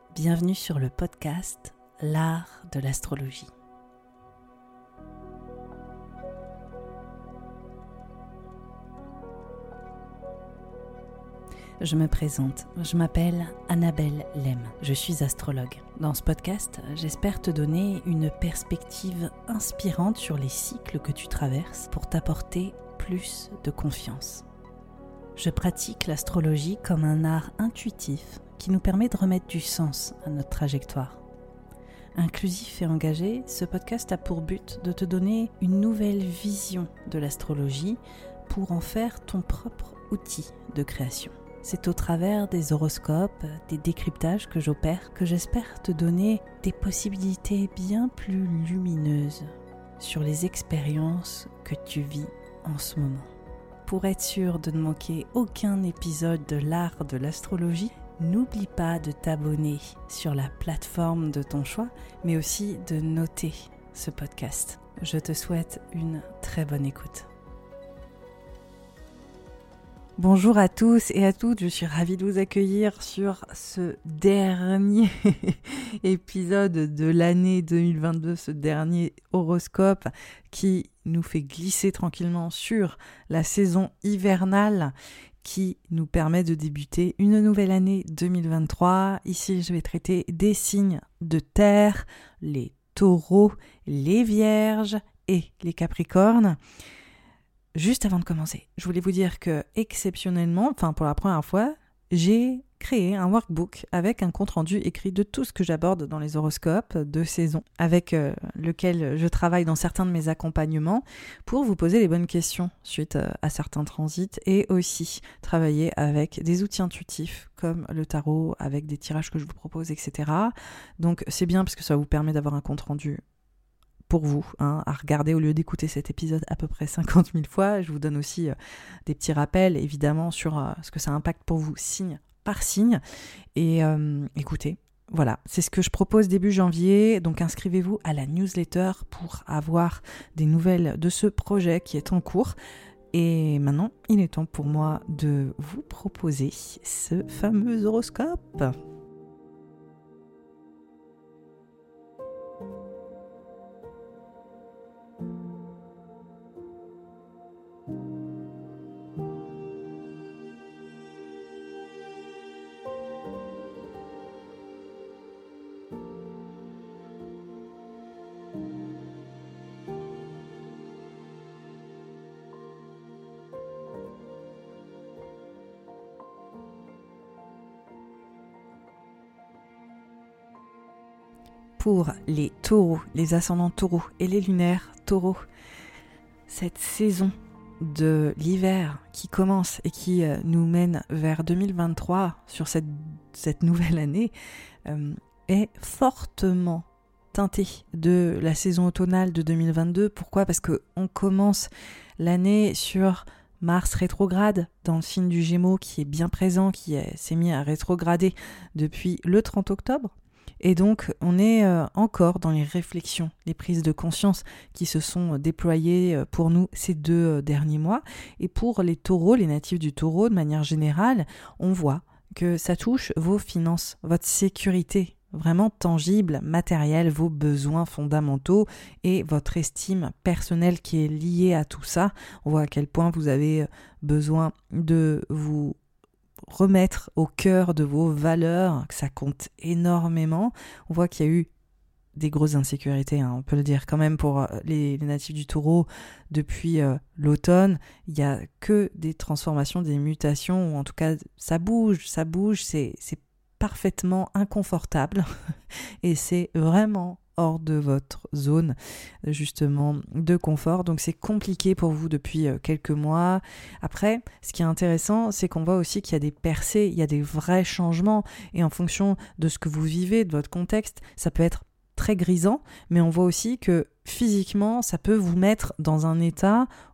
Bienvenue sur le podcast L'art de l'astrologie. Je me présente, je m'appelle Annabelle Lem, je suis astrologue. Dans ce podcast, j'espère te donner une perspective inspirante sur les cycles que tu traverses pour t'apporter plus de confiance. Je pratique l'astrologie comme un art intuitif qui nous permet de remettre du sens à notre trajectoire. Inclusif et engagé, ce podcast a pour but de te donner une nouvelle vision de l'astrologie pour en faire ton propre outil de création. C'est au travers des horoscopes, des décryptages que j'opère que j'espère te donner des possibilités bien plus lumineuses sur les expériences que tu vis en ce moment. Pour être sûr de ne manquer aucun épisode de l'art de l'astrologie, n'oublie pas de t'abonner sur la plateforme de ton choix, mais aussi de noter ce podcast. Je te souhaite une très bonne écoute. Bonjour à tous et à toutes, je suis ravie de vous accueillir sur ce dernier épisode de l'année 2022, ce dernier horoscope qui nous fait glisser tranquillement sur la saison hivernale qui nous permet de débuter une nouvelle année 2023. Ici, je vais traiter des signes de terre, les taureaux, les vierges et les capricornes. Juste avant de commencer, je voulais vous dire que exceptionnellement, pour la première fois, j'ai créé un workbook avec un compte-rendu écrit de tout ce que j'aborde dans les horoscopes de saison, avec lequel je travaille dans certains de mes accompagnements pour vous poser les bonnes questions suite à certains transits et aussi travailler avec des outils intuitifs comme le tarot, avec des tirages que je vous propose, etc. Donc c'est bien parce que ça vous permet d'avoir un compte-rendu pour vous, à regarder au lieu d'écouter cet épisode à peu près 50 000 fois. Je vous donne aussi des petits rappels, évidemment, sur ce que ça impacte pour vous, signe par signe. Et écoutez, voilà, c'est ce que je propose début janvier. Donc inscrivez-vous à la newsletter pour avoir des nouvelles de ce projet qui est en cours. Et maintenant, il est temps pour moi de vous proposer ce fameux horoscope. Pour les taureaux, les ascendants taureaux et les lunaires taureaux, cette saison de l'hiver qui commence et qui nous mène vers 2023 sur cette nouvelle année est fortement teintée de la saison automnale de 2022. Pourquoi ? Parce qu'on commence l'année sur Mars rétrograde dans le signe du Gémeaux qui est bien présent, qui s'est mis à rétrograder depuis le 30 octobre. Et donc, on est encore dans les réflexions, les prises de conscience qui se sont déployées pour nous ces 2 derniers mois. Et pour les taureaux, les natifs du taureau, de manière générale, on voit que ça touche vos finances, votre sécurité vraiment tangible, matérielle, vos besoins fondamentaux et votre estime personnelle qui est liée à tout ça. On voit à quel point vous avez besoin de vous remettre au cœur de vos valeurs, que ça compte énormément. On voit qu'il y a eu des grosses insécurités, on peut le dire quand même pour les natifs du taureau depuis l'automne. Il n'y a que des transformations, des mutations, ou en tout cas ça bouge, c'est parfaitement inconfortable et c'est vraiment hors de votre zone justement de confort, donc c'est compliqué pour vous depuis quelques mois. Après, ce qui est intéressant, c'est qu'on voit aussi qu'il y a des percées, il y a des vrais changements, et en fonction de ce que vous vivez, de votre contexte, ça peut être très grisant, mais on voit aussi que physiquement, ça peut vous mettre dans un état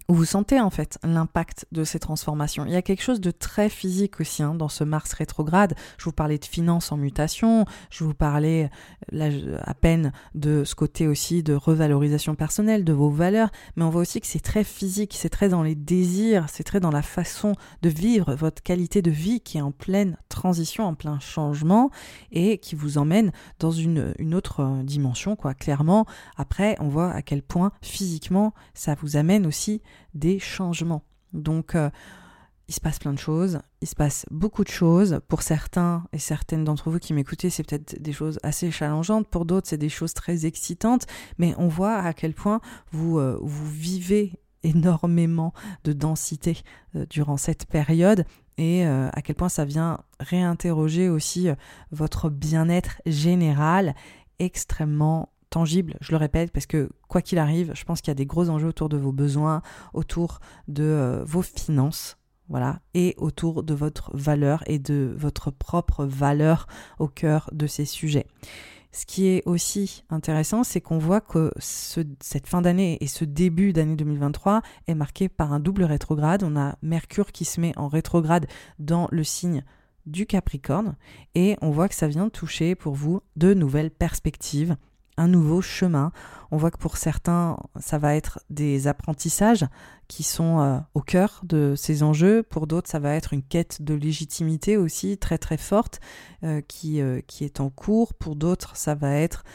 où vous sentez en fait l'impact de ces transformations. Il y a quelque chose de très physique aussi dans ce Mars rétrograde. Je vous parlais de finances en mutation, je vous parlais là, à peine de ce côté aussi de revalorisation personnelle, de vos valeurs, mais on voit aussi que c'est très physique, c'est très dans les désirs, c'est très dans la façon de vivre votre qualité de vie qui est en pleine transition, en plein changement et qui vous emmène dans une autre dimension, quoi. Clairement, après, on voit à quel point physiquement, ça vous amène aussi des changements. Donc, il se passe plein de choses, il se passe beaucoup de choses. Pour certains et certaines d'entre vous qui m'écoutez, c'est peut-être des choses assez challengeantes. Pour d'autres, c'est des choses très excitantes. Mais on voit à quel point vous vivez énormément de densité durant cette période et à quel point ça vient réinterroger aussi votre bien-être général extrêmement tangible, je le répète, parce que quoi qu'il arrive, je pense qu'il y a des gros enjeux autour de vos besoins, autour de vos finances, voilà, et autour de votre valeur et de votre propre valeur au cœur de ces sujets. Ce qui est aussi intéressant, c'est qu'on voit que cette fin d'année et ce début d'année 2023 est marqué par un double rétrograde. On a Mercure qui se met en rétrograde dans le signe du Capricorne et on voit que ça vient toucher pour vous de nouvelles perspectives, un nouveau chemin. On voit que pour certains, ça va être des apprentissages qui sont au cœur de ces enjeux. Pour d'autres, ça va être une quête de légitimité aussi très très forte qui est en cours. Pour d'autres, ça va être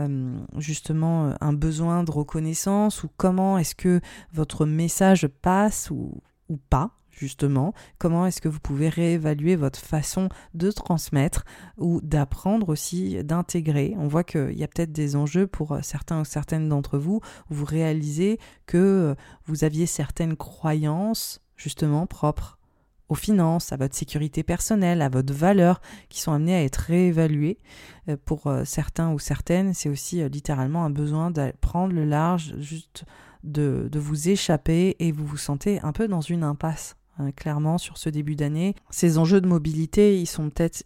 justement un besoin de reconnaissance ou comment est-ce que votre message passe ou pas. Justement, comment est-ce que vous pouvez réévaluer votre façon de transmettre ou d'apprendre aussi, d'intégrer. On voit qu'il y a peut-être des enjeux pour certains ou certaines d'entre vous où vous réalisez que vous aviez certaines croyances justement propres aux finances, à votre sécurité personnelle, à votre valeur, qui sont amenées à être réévaluées. Pour certains ou certaines, c'est aussi littéralement un besoin de prendre le large, juste de vous échapper et vous vous sentez un peu dans une impasse. Clairement, sur ce début d'année, ces enjeux de mobilité, ils sont peut-être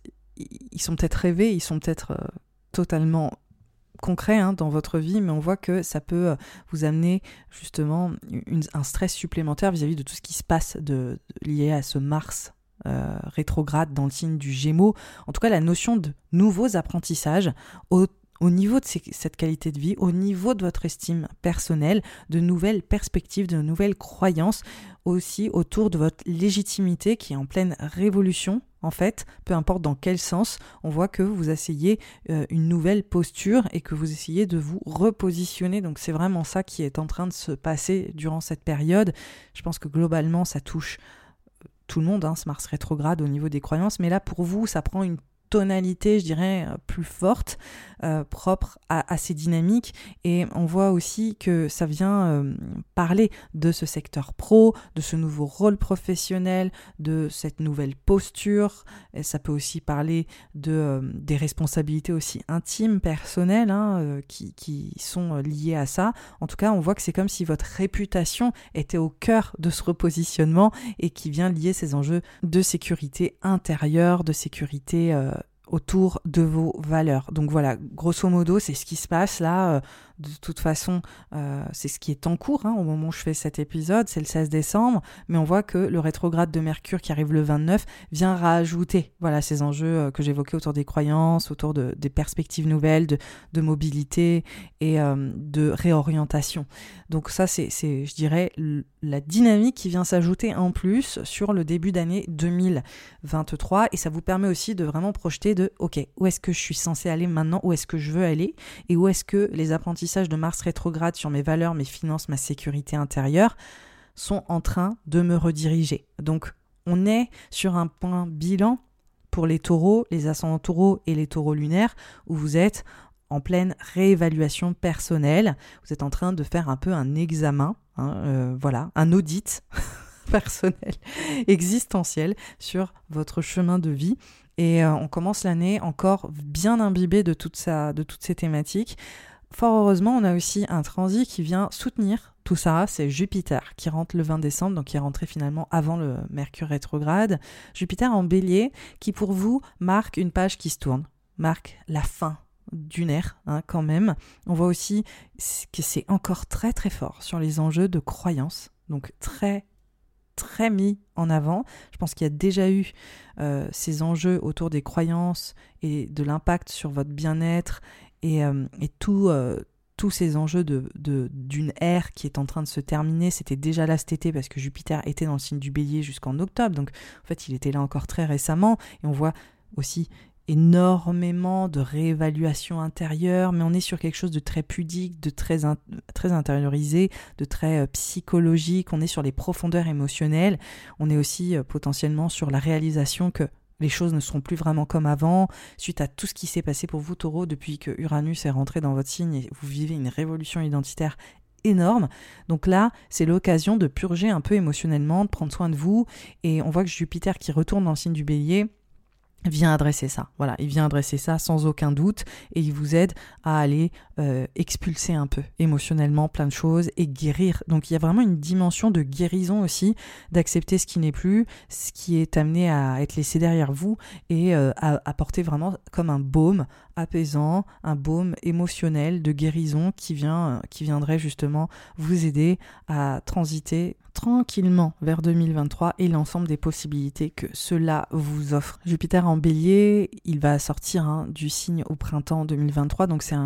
rêvés, ils sont peut-être totalement concrets dans votre vie, mais on voit que ça peut vous amener justement un stress supplémentaire vis-à-vis de tout ce qui se passe lié à ce Mars rétrograde dans le signe du Gémeaux. En tout cas, la notion de nouveaux apprentissages au niveau de cette qualité de vie, au niveau de votre estime personnelle, de nouvelles perspectives, de nouvelles croyances, aussi autour de votre légitimité qui est en pleine révolution, en fait, peu importe dans quel sens, on voit que vous essayez une nouvelle posture et que vous essayez de vous repositionner. Donc c'est vraiment ça qui est en train de se passer durant cette période. Je pense que globalement, ça touche tout le monde, ce Mars rétrograde au niveau des croyances, mais là, pour vous, ça prend une tonalité, je dirais, plus forte, propre à ces dynamiques. Et on voit aussi que ça vient parler de ce secteur pro, de ce nouveau rôle professionnel, de cette nouvelle posture. Et ça peut aussi parler des responsabilités aussi intimes, personnelles, qui sont liées à ça. En tout cas, on voit que c'est comme si votre réputation était au cœur de ce repositionnement et qui vient lier ces enjeux de sécurité intérieure, de sécurité autour de vos valeurs. Donc voilà, grosso modo, c'est ce qui se passe là. De toute façon, c'est ce qui est en cours au moment où je fais cet épisode, c'est le 16 décembre, mais on voit que le rétrograde de Mercure qui arrive le 29 vient rajouter ces enjeux que j'évoquais autour des croyances, autour des perspectives nouvelles, de mobilité et de réorientation. Donc ça, c'est je dirais, la dynamique qui vient s'ajouter en plus sur le début d'année 2023 et ça vous permet aussi de vraiment projeter OK, où est-ce que je suis censée aller maintenant, où est-ce que je veux aller et où est-ce que les apprentissages de Mars rétrograde sur mes valeurs, mes finances, ma sécurité intérieure sont en train de me rediriger. Donc, on est sur un point bilan pour les taureaux, les ascendants taureaux et les taureaux lunaires où vous êtes en pleine réévaluation personnelle. Vous êtes en train de faire un peu un examen, un audit personnel, existentiel sur votre chemin de vie. Et on commence l'année encore bien imbibé de toutes ces thématiques. Fort heureusement, on a aussi un transit qui vient soutenir tout ça, c'est Jupiter qui rentre le 20 décembre, donc qui est rentré finalement avant le Mercure rétrograde. Jupiter en Bélier qui pour vous marque une page qui se tourne, marque la fin dunaire quand même. On voit aussi que c'est encore très très fort sur les enjeux de croyance, donc très très mis en avant. Je pense qu'il y a déjà eu ces enjeux autour des croyances et de l'impact sur votre bien-être et tous ces enjeux d'une ère qui est en train de se terminer. C'était déjà là cet été parce que Jupiter était dans le signe du Bélier jusqu'en octobre, donc en fait il était là encore très récemment, et on voit aussi énormément de réévaluation intérieure, mais on est sur quelque chose de très pudique, de très intériorisé, de très psychologique. On est sur les profondeurs émotionnelles. On est aussi potentiellement sur la réalisation que les choses ne seront plus vraiment comme avant, suite à tout ce qui s'est passé pour vous, Taureau, depuis que Uranus est rentré dans votre signe et vous vivez une révolution identitaire énorme. Donc là, c'est l'occasion de purger un peu émotionnellement, de prendre soin de vous, et on voit que Jupiter qui retourne dans le signe du Bélier vient adresser ça. Voilà, il vient adresser ça sans aucun doute, et il vous aide à aller expulser un peu émotionnellement plein de choses et guérir. Donc il y a vraiment une dimension de guérison aussi, d'accepter ce qui n'est plus, ce qui est amené à être laissé derrière vous, et à apporter vraiment comme un baume apaisant, un baume émotionnel de guérison qui viendrait justement vous aider à transiter tranquillement vers 2023 et l'ensemble des possibilités que cela vous offre. Jupiter en Bélier, il va sortir du signe au printemps 2023, donc c'est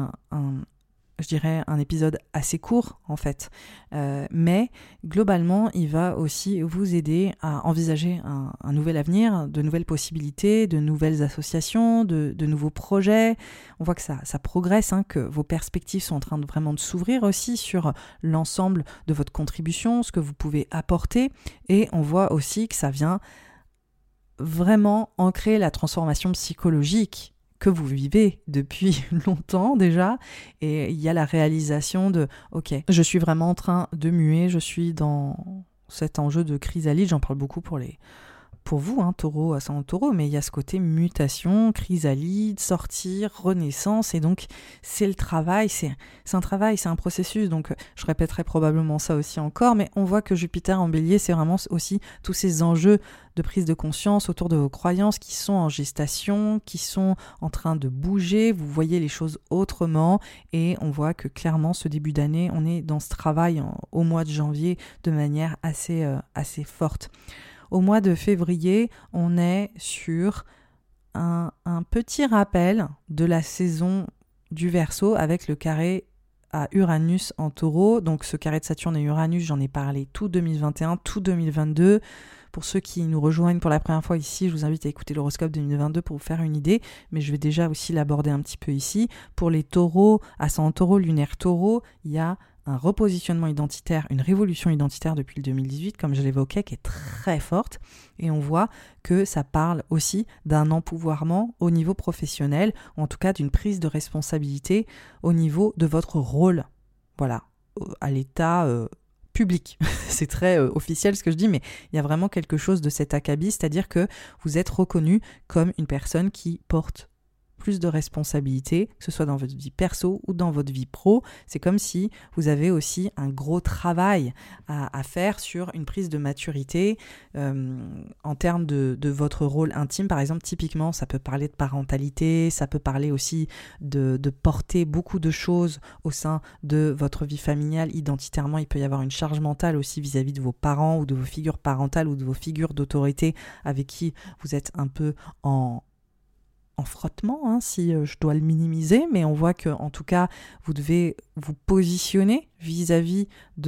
je dirais un épisode assez court en fait, mais globalement il va aussi vous aider à envisager un nouvel avenir, de nouvelles possibilités, de nouvelles associations, de nouveaux projets. On voit que ça progresse, que vos perspectives sont en train de vraiment de s'ouvrir aussi sur l'ensemble de votre contribution, ce que vous pouvez apporter, et on voit aussi que ça vient vraiment ancrer la transformation psychologique que vous vivez depuis longtemps déjà, et il y a la réalisation de ok, je suis vraiment en train de muer, je suis dans cet enjeu de chrysalide. J'en parle beaucoup pour vous, Taureau, ascendant Taureau, mais il y a ce côté mutation, chrysalide, sortir, renaissance, et donc c'est le travail, c'est un travail, c'est un processus, donc je répéterai probablement ça aussi encore, mais on voit que Jupiter en Bélier, c'est vraiment aussi tous ces enjeux de prise de conscience autour de vos croyances qui sont en gestation, qui sont en train de bouger, vous voyez les choses autrement, et on voit que clairement ce début d'année, on est dans ce travail au mois de janvier de manière assez forte. Au mois de février, on est sur un petit rappel de la saison du Verseau avec le carré à Uranus en Taureau. Donc ce carré de Saturne et Uranus, j'en ai parlé tout 2021, tout 2022. Pour ceux qui nous rejoignent pour la première fois ici, je vous invite à écouter l'horoscope 2022 pour vous faire une idée, mais je vais déjà aussi l'aborder un petit peu ici. Pour les taureaux, ascendant Taureau, lunaire Taureau, il y a un repositionnement identitaire, une révolution identitaire depuis le 2018, comme je l'évoquais, qui est très forte, et on voit que ça parle aussi d'un empouvoirment au niveau professionnel, ou en tout cas d'une prise de responsabilité au niveau de votre rôle, voilà, à l'état public. C'est très officiel ce que je dis, mais il y a vraiment quelque chose de cet acabit, c'est-à-dire que vous êtes reconnu comme une personne qui porte plus de responsabilités, que ce soit dans votre vie perso ou dans votre vie pro. C'est comme si vous avez aussi un gros travail à faire sur une prise de maturité en termes de votre rôle intime. Par exemple, typiquement, ça peut parler de parentalité, ça peut parler aussi de porter beaucoup de choses au sein de votre vie familiale. Identitairement, il peut y avoir une charge mentale aussi vis-à-vis de vos parents ou de vos figures parentales ou de vos figures d'autorité avec qui vous êtes un peu en frottement, si je dois le minimiser, mais on voit que en tout cas vous devez vous positionner vis-à-vis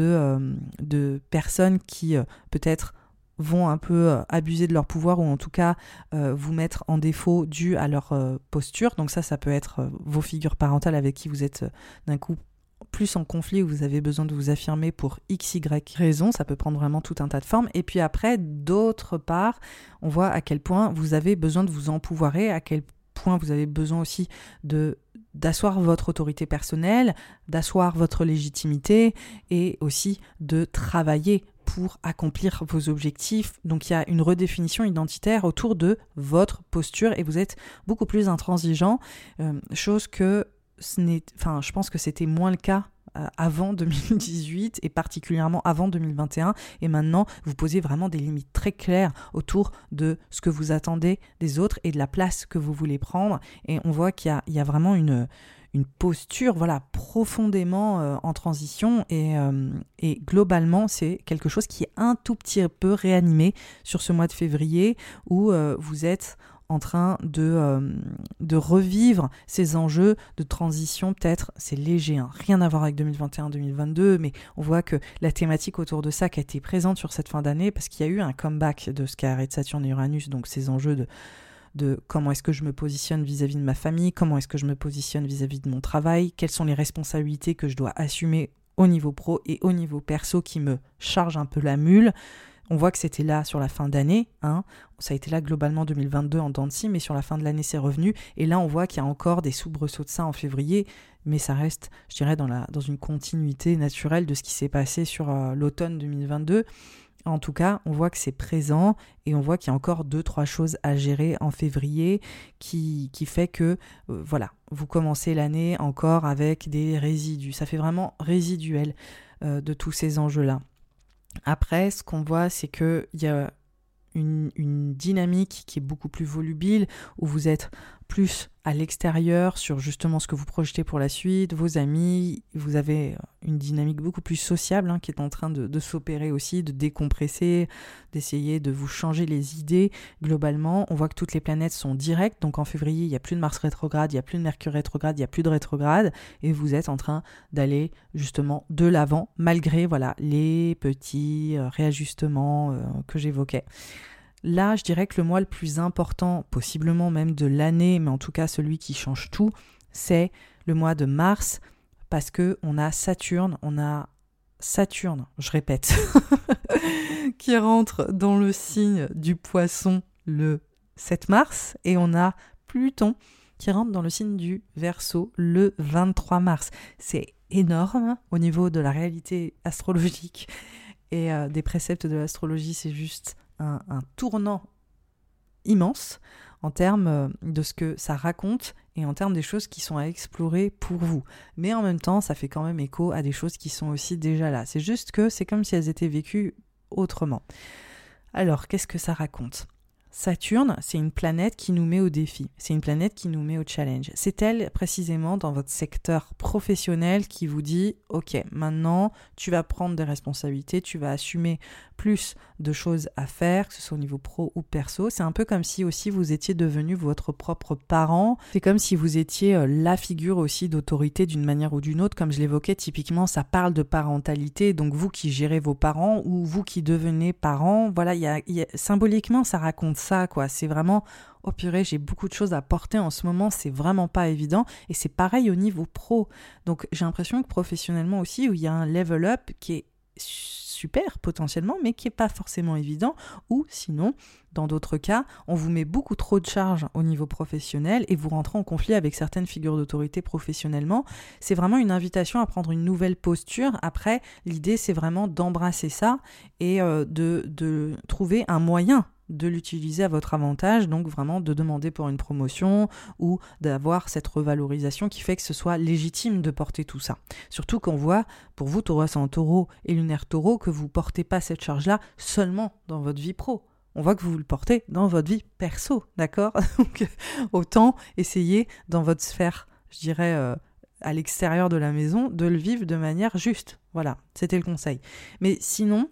de personnes qui peut-être vont un peu abuser de leur pouvoir, ou en tout cas vous mettre en défaut dû à leur posture. Donc ça peut être vos figures parentales avec qui vous êtes d'un coup plus en conflit, où vous avez besoin de vous affirmer pour x, y raison. Ça peut prendre vraiment tout un tas de formes. Et puis après, d'autre part, on voit à quel point vous avez besoin de vous empouvoirer, à quel point vous avez besoin aussi d'asseoir votre autorité personnelle, d'asseoir votre légitimité, et aussi de travailler pour accomplir vos objectifs. Donc il y a une redéfinition identitaire autour de votre posture, et vous êtes beaucoup plus intransigeant, chose que je pense que c'était moins le cas avant 2018 et particulièrement avant 2021. Et maintenant, vous posez vraiment des limites très claires autour de ce que vous attendez des autres et de la place que vous voulez prendre. Et on voit qu'il y a vraiment une posture profondément en transition et globalement, c'est quelque chose qui est un tout petit peu réanimé sur ce mois de février où vous êtes en train de revivre ces enjeux de transition. Peut-être, c'est léger, rien à voir avec 2021-2022, mais on voit que la thématique autour de ça qui a été présente sur cette fin d'année, parce qu'il y a eu un comeback de ce carré de Saturne et Uranus, donc ces enjeux de comment est-ce que je me positionne vis-à-vis de ma famille, comment est-ce que je me positionne vis-à-vis de mon travail, quelles sont les responsabilités que je dois assumer au niveau pro et au niveau perso qui me chargent un peu la mule. On voit que c'était là sur la fin d'année, ça a été là globalement 2022 en dents de scie, mais sur la fin de l'année c'est revenu, et là on voit qu'il y a encore des soubresauts de ça en février, mais ça reste, je dirais, dans une continuité naturelle de ce qui s'est passé sur l'automne 2022. En tout cas, on voit que c'est présent et on voit qu'il y a encore 2-3 choses à gérer en février qui fait que, vous commencez l'année encore avec des résidus. Ça fait vraiment résiduel de tous ces enjeux-là. Après, ce qu'on voit, c'est qu'il y a une dynamique qui est beaucoup plus volubile, où vous êtes plus à l'extérieur sur justement ce que vous projetez pour la suite, vos amis, vous avez une dynamique beaucoup plus sociable qui est en train de s'opérer aussi, de décompresser, d'essayer de vous changer les idées. Globalement, on voit que toutes les planètes sont directes, donc en février, il n'y a plus de Mars rétrograde, il n'y a plus de Mercure rétrograde, il n'y a plus de rétrograde, et vous êtes en train d'aller justement de l'avant, malgré les petits réajustements que j'évoquais. Là, je dirais que le mois le plus important, possiblement même de l'année, mais en tout cas celui qui change tout, c'est le mois de mars, parce qu'on a Saturne, je répète, qui rentre dans le signe du Poisson le 7 mars, et on a Pluton qui rentre dans le signe du Verseau le 23 mars. C'est énorme au niveau de la réalité astrologique et des préceptes de l'astrologie, c'est juste un tournant immense en termes de ce que ça raconte et en termes des choses qui sont à explorer pour vous. Mais en même temps, ça fait quand même écho à des choses qui sont aussi déjà là. C'est juste que c'est comme si elles étaient vécues autrement. Alors, qu'est-ce que ça raconte ? Saturne, c'est une planète qui nous met au défi, c'est une planète qui nous met au challenge. C'est elle précisément dans votre secteur professionnel qui vous dit « Ok, maintenant tu vas prendre des responsabilités, tu vas assumer plus de choses à faire, que ce soit au niveau pro ou perso. » C'est un peu comme si aussi vous étiez devenu votre propre parent. C'est comme si vous étiez la figure aussi d'autorité d'une manière ou d'une autre. Comme je l'évoquais, typiquement, ça parle de parentalité. Donc vous qui gérez vos parents ou vous qui devenez parent, voilà, symboliquement, ça raconte ça, quoi. C'est vraiment, oh purée, j'ai beaucoup de choses à porter en ce moment, c'est vraiment pas évident. Et c'est pareil au niveau pro. Donc j'ai l'impression que professionnellement aussi, où il y a un level up qui est super potentiellement, mais qui n'est pas forcément évident, ou sinon, dans d'autres cas, on vous met beaucoup trop de charges au niveau professionnel et vous rentrez en conflit avec certaines figures d'autorité professionnellement. C'est vraiment une invitation à prendre une nouvelle posture. Après, l'idée, c'est vraiment d'embrasser ça et de trouver un moyen de l'utiliser à votre avantage, donc vraiment de demander pour une promotion ou d'avoir cette revalorisation qui fait que ce soit légitime de porter tout ça. Surtout qu'on voit, pour vous, Taureau ascendant Taureau et lunaire Taureau, que vous ne portez pas cette charge-là seulement dans votre vie pro. On voit que vous le portez dans votre vie perso, d'accord ? Donc autant essayer dans votre sphère, je dirais, à l'extérieur de la maison, de le vivre de manière juste. Voilà, c'était le conseil. Mais sinon,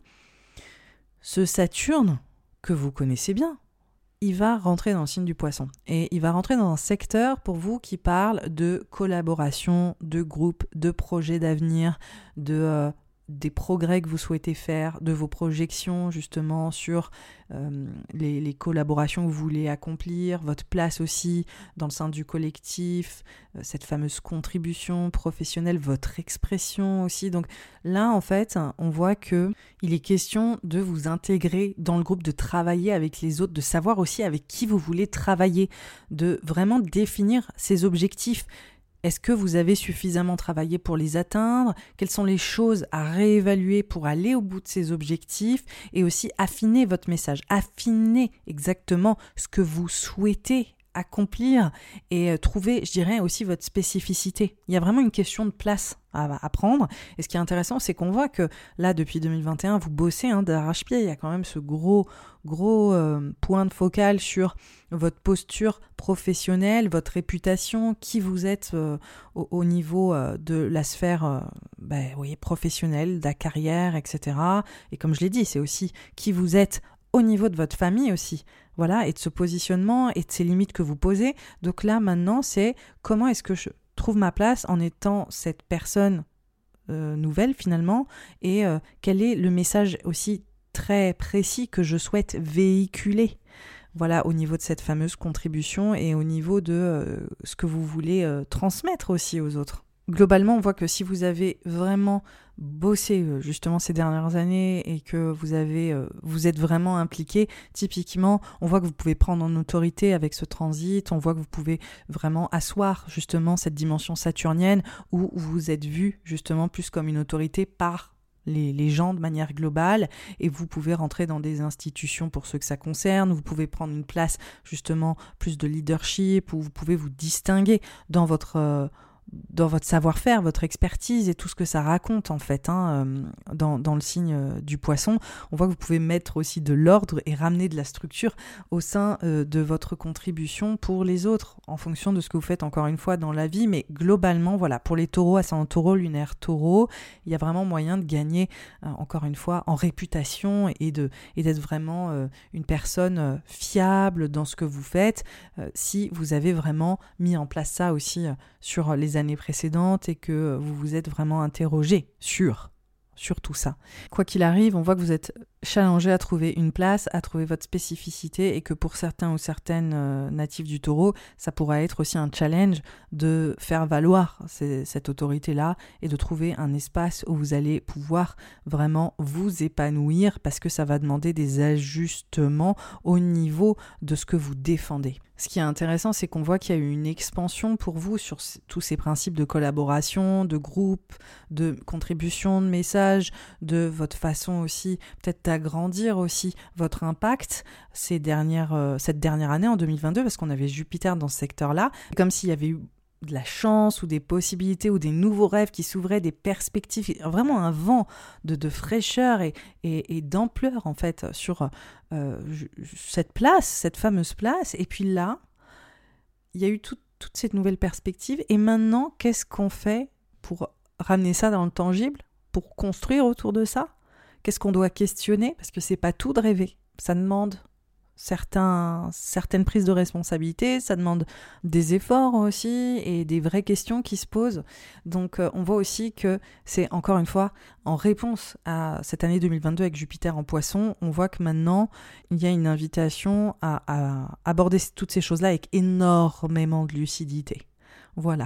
ce Saturne, que vous connaissez bien, il va rentrer dans le signe du Poisson. Et il va rentrer dans un secteur pour vous qui parle de collaboration, de groupe, de projets d'avenir, des progrès que vous souhaitez faire, de vos projections justement sur les collaborations que vous voulez accomplir, votre place aussi dans le sein du collectif, cette fameuse contribution professionnelle, votre expression aussi. Donc là, en fait, on voit qu'il est question de vous intégrer dans le groupe, de travailler avec les autres, de savoir aussi avec qui vous voulez travailler, de vraiment définir ses objectifs. Est-ce que vous avez suffisamment travaillé pour les atteindre ? Quelles sont les choses à réévaluer pour aller au bout de ces objectifs ? Et aussi affiner votre message, affiner exactement ce que vous souhaitez accomplir et trouver, je dirais, aussi votre spécificité. Il y a vraiment une question de place à prendre. Et ce qui est intéressant, c'est qu'on voit que là, depuis 2021, vous bossez d'arrache-pied. Il y a quand même ce gros point de focal sur votre posture professionnelle, votre réputation, qui vous êtes au niveau de la sphère professionnelle, de la carrière, etc. Et comme je l'ai dit, c'est aussi qui vous êtes au niveau de votre famille aussi. Voilà, et de ce positionnement et de ces limites que vous posez. Donc là, maintenant, c'est comment est-ce que je trouve ma place en étant cette personne nouvelle finalement, et quel est le message aussi très précis que je souhaite véhiculer. Voilà, au niveau de cette fameuse contribution et au niveau de ce que vous voulez transmettre aussi aux autres. Globalement, on voit que si vous avez vraiment bossé justement ces dernières années et que vous êtes vraiment impliqué, typiquement, on voit que vous pouvez prendre en autorité avec ce transit, on voit que vous pouvez vraiment asseoir justement cette dimension saturnienne où vous êtes vu justement plus comme une autorité par les gens de manière globale, et vous pouvez rentrer dans des institutions pour ceux que ça concerne, vous pouvez prendre une place justement plus de leadership, où vous pouvez vous distinguer dans votre savoir-faire, votre expertise et tout ce que ça raconte en fait dans le signe du poisson. On voit que vous pouvez mettre aussi de l'ordre et ramener de la structure au sein de votre contribution pour les autres en fonction de ce que vous faites encore une fois dans la vie, mais globalement voilà, pour les taureaux, ascendant taureau, lunaire taureau, il y a vraiment moyen de gagner encore une fois en réputation et d'être vraiment une personne fiable dans ce que vous faites si vous avez vraiment mis en place ça aussi sur les années précédentes et que vous vous êtes vraiment interrogé sur tout ça. Quoi qu'il arrive, on voit que vous êtes challengé à trouver une place, à trouver votre spécificité, et que pour certains ou certaines natifs du taureau, ça pourra être aussi un challenge de faire valoir cette autorité-là et de trouver un espace où vous allez pouvoir vraiment vous épanouir, parce que ça va demander des ajustements au niveau de ce que vous défendez. Ce qui est intéressant, c'est qu'on voit qu'il y a eu une expansion pour vous sur tous ces principes de collaboration, de groupe, de contribution, de message, de votre façon aussi peut-être d'agrandir aussi votre impact cette dernière année en 2022, parce qu'on avait Jupiter dans ce secteur-là. C'est comme s'il y avait eu de la chance ou des possibilités ou des nouveaux rêves qui s'ouvraient, des perspectives, vraiment un vent de fraîcheur et d'ampleur en fait sur cette fameuse place. Et puis là, il y a eu toute cette nouvelle perspective. Et maintenant, qu'est-ce qu'on fait pour ramener ça dans le tangible, pour construire autour de ça? Qu'est-ce qu'on doit questionner? Parce que c'est pas tout de rêver. Ça demande certaines prises de responsabilité, ça demande des efforts aussi et des vraies questions qui se posent. Donc on voit aussi que c'est encore une fois en réponse à cette année 2022 avec Jupiter en Poisson, on voit que maintenant il y a une invitation à aborder toutes ces choses-là avec énormément de lucidité. Voilà.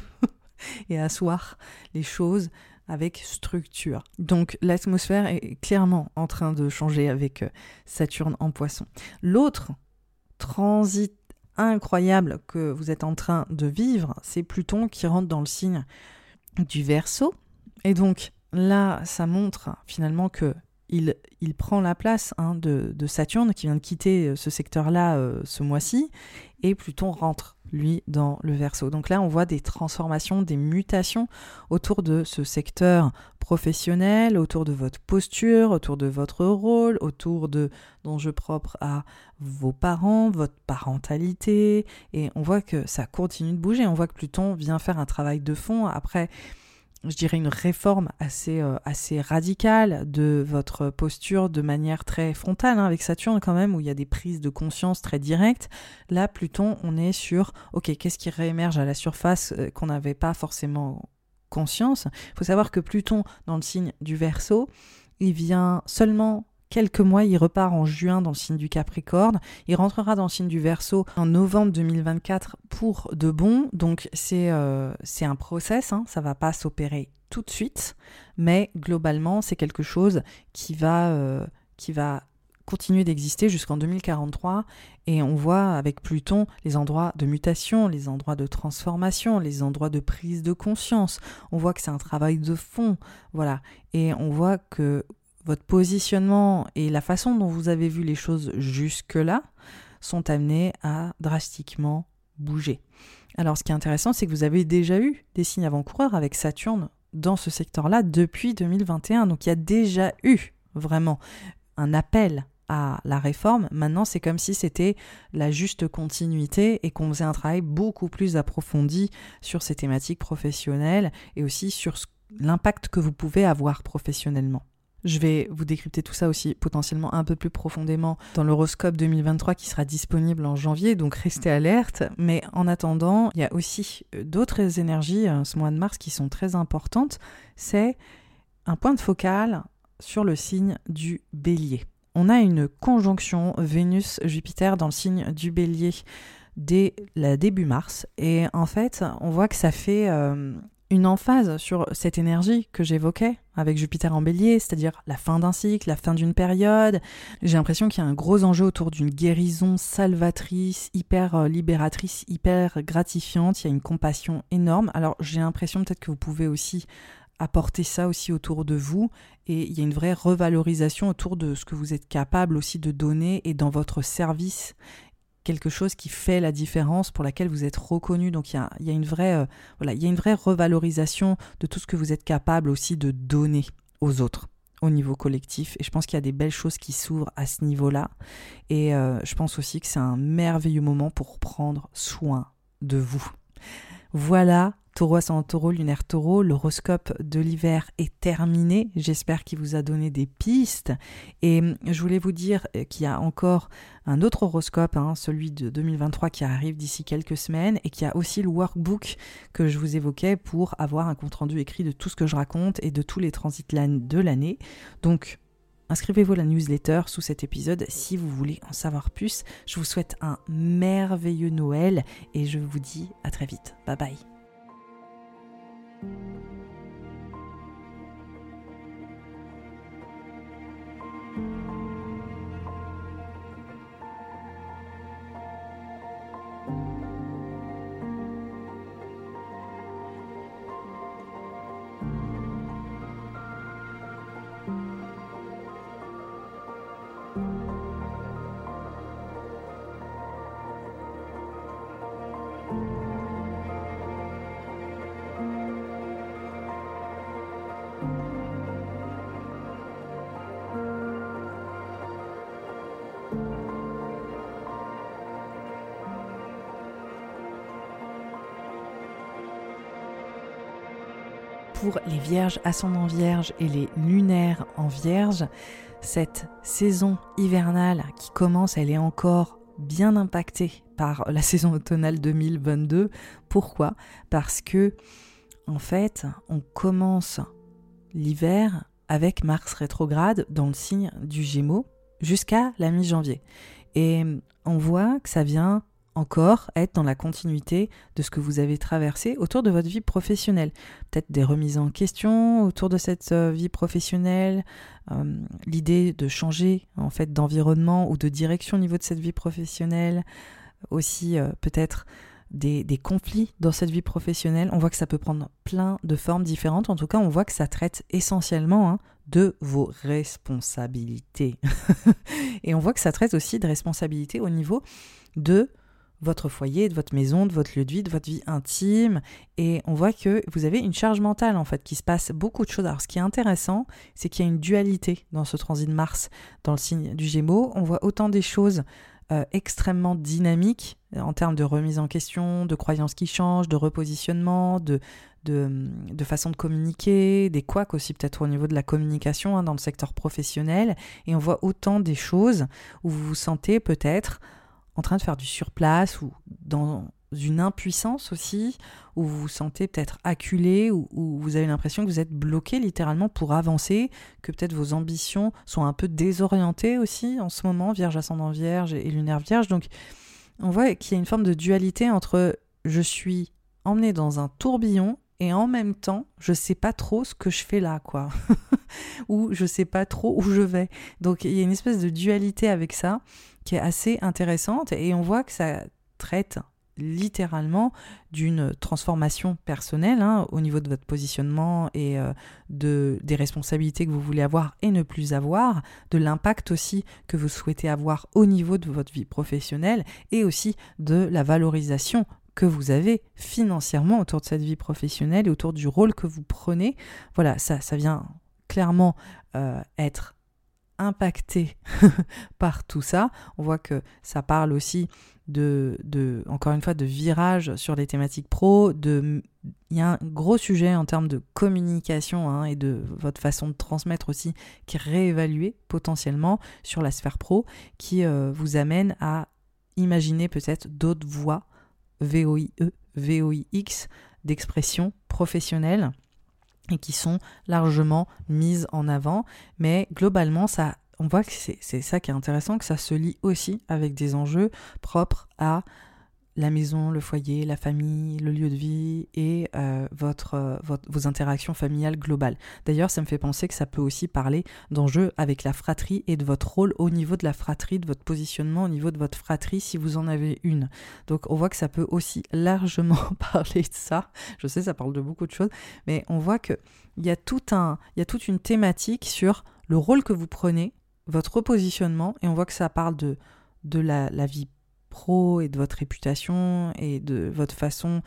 Et asseoir les choses avec structure. Donc l'atmosphère est clairement en train de changer avec Saturne en Poisson. L'autre transit incroyable que vous êtes en train de vivre, c'est Pluton qui rentre dans le signe du Verseau. Et donc là, ça montre finalement que il prend la place de Saturne qui vient de quitter ce secteur-là ce mois-ci, et Pluton rentre, lui, dans le Verseau. Donc là, on voit des transformations, des mutations autour de ce secteur professionnel, autour de votre posture, autour de votre rôle, autour d'enjeux propres à vos parents, votre parentalité, et on voit que ça continue de bouger. On voit que Pluton vient faire un travail de fond après, je dirais, une réforme assez radicale de votre posture de manière très frontale, avec Saturne quand même, où il y a des prises de conscience très directes. Là, Pluton, on est sur, ok, qu'est-ce qui réémerge à la surface qu'on n'avait pas forcément conscience. Il faut savoir que Pluton, dans le signe du Verseau, il vient seulement quelques mois, il repart en juin dans le signe du Capricorne, il rentrera dans le signe du Verseau en novembre 2024 pour de bon, donc c'est un process, ça va pas s'opérer tout de suite, mais globalement c'est quelque chose qui va continuer d'exister jusqu'en 2043, et on voit avec Pluton les endroits de mutation, les endroits de transformation, les endroits de prise de conscience, on voit que c'est un travail de fond, voilà, et on voit que votre positionnement et la façon dont vous avez vu les choses jusque-là sont amenés à drastiquement bouger. Alors ce qui est intéressant, c'est que vous avez déjà eu des signes avant-coureurs avec Saturne dans ce secteur-là depuis 2021. Donc il y a déjà eu vraiment un appel à la réforme. Maintenant, c'est comme si c'était la juste continuité et qu'on faisait un travail beaucoup plus approfondi sur ces thématiques professionnelles et aussi sur l'impact que vous pouvez avoir professionnellement. Je vais vous décrypter tout ça aussi potentiellement un peu plus profondément dans l'horoscope 2023 qui sera disponible en janvier, donc restez alerte. Mais en attendant, il y a aussi d'autres énergies ce mois de mars qui sont très importantes. C'est un point de focal sur le signe du Bélier. On a une conjonction Vénus-Jupiter dans le signe du Bélier dès le début mars. Et en fait, on voit que ça fait une emphase sur cette énergie que j'évoquais avec Jupiter en Bélier, c'est-à-dire la fin d'un cycle, la fin d'une période. J'ai l'impression qu'il y a un gros enjeu autour d'une guérison salvatrice, hyper libératrice, hyper gratifiante. Il y a une compassion énorme. Alors j'ai l'impression peut-être que vous pouvez aussi apporter ça aussi autour de vous et il y a une vraie revalorisation autour de ce que vous êtes capable aussi de donner et dans votre service, quelque chose qui fait la différence, pour laquelle vous êtes reconnu. Donc il y a une vraie revalorisation de tout ce que vous êtes capable aussi de donner aux autres au niveau collectif et je pense qu'il y a des belles choses qui s'ouvrent à ce niveau-là et je pense aussi que c'est un merveilleux moment pour prendre soin de vous. Voilà, Taureau ascendant Taureau, lunaire Taureau, l'horoscope de l'hiver est terminé. J'espère qu'il vous a donné des pistes. Et je voulais vous dire qu'il y a encore un autre horoscope, celui de 2023 qui arrive d'ici quelques semaines et qu'il y a aussi le workbook que je vous évoquais pour avoir un compte-rendu écrit de tout ce que je raconte et de tous les transits de l'année. Donc, inscrivez-vous à la newsletter sous cet épisode si vous voulez en savoir plus. Je vous souhaite un merveilleux Noël et je vous dis à très vite. Bye bye. Pour les vierges ascendant vierge et les lunaires en vierge, cette saison hivernale qui commence, elle est encore bien impactée par la saison automnale 2022. Pourquoi ? Parce que, en fait, on commence l'hiver avec Mars rétrograde dans le signe du Gémeaux jusqu'à la mi-janvier. Et on voit que ça vient encore être dans la continuité de ce que vous avez traversé autour de votre vie professionnelle. Peut-être des remises en question autour de cette vie professionnelle, l'idée de changer en fait d'environnement ou de direction au niveau de cette vie professionnelle, aussi peut-être des conflits dans cette vie professionnelle. On voit que ça peut prendre plein de formes différentes. En tout cas, on voit que ça traite essentiellement de vos responsabilités. Et on voit que ça traite aussi de responsabilités au niveau de votre foyer, de votre maison, de votre lieu de vie, de votre vie intime. Et on voit que vous avez une charge mentale, en fait, qui se passe beaucoup de choses. Alors, ce qui est intéressant, c'est qu'il y a une dualité dans ce transit de Mars, dans le signe du Gémeaux. On voit autant des choses extrêmement dynamiques en termes de remise en question, de croyances qui changent, de repositionnement, de façon de communiquer, des couacs aussi peut-être au niveau de la communication dans le secteur professionnel. Et on voit autant des choses où vous vous sentez peut-être en train de faire du surplace ou dans une impuissance aussi, où vous vous sentez peut-être acculé, où vous avez l'impression que vous êtes bloqué littéralement pour avancer, que peut-être vos ambitions sont un peu désorientées aussi en ce moment, Vierge ascendant Vierge et lunaire Vierge. Donc on voit qu'il y a une forme de dualité entre je suis emmenée dans un tourbillon et en même temps, je sais pas trop ce que je fais là, quoi. Ou je sais pas trop où je vais. Donc il y a une espèce de dualité avec ça qui est assez intéressante et on voit que ça traite littéralement d'une transformation personnelle au niveau de votre positionnement et des responsabilités que vous voulez avoir et ne plus avoir, de l'impact aussi que vous souhaitez avoir au niveau de votre vie professionnelle et aussi de la valorisation que vous avez financièrement autour de cette vie professionnelle et autour du rôle que vous prenez. Voilà, ça vient clairement être impacté par tout ça. On voit que ça parle aussi encore une fois, de virage sur les thématiques pro. Il y a un gros sujet en termes de communication et de votre façon de transmettre aussi qui est réévaluée potentiellement sur la sphère pro, qui vous amène à imaginer peut-être d'autres voies VOIE, VOIX d'expression professionnelle et qui sont largement mises en avant. Mais globalement, on voit que c'est ça qui est intéressant, que ça se lie aussi avec des enjeux propres à la maison, le foyer, la famille, le lieu de vie et vos interactions familiales globales. D'ailleurs, ça me fait penser que ça peut aussi parler d'enjeux avec la fratrie et de votre rôle au niveau de la fratrie, de votre positionnement au niveau de votre fratrie si vous en avez une. Donc on voit que ça peut aussi largement parler de ça. Je sais, ça parle de beaucoup de choses, mais on voit qu'il y a toute une thématique sur le rôle que vous prenez, votre repositionnement, et on voit que ça parle de la vie pro et de votre réputation et de votre façon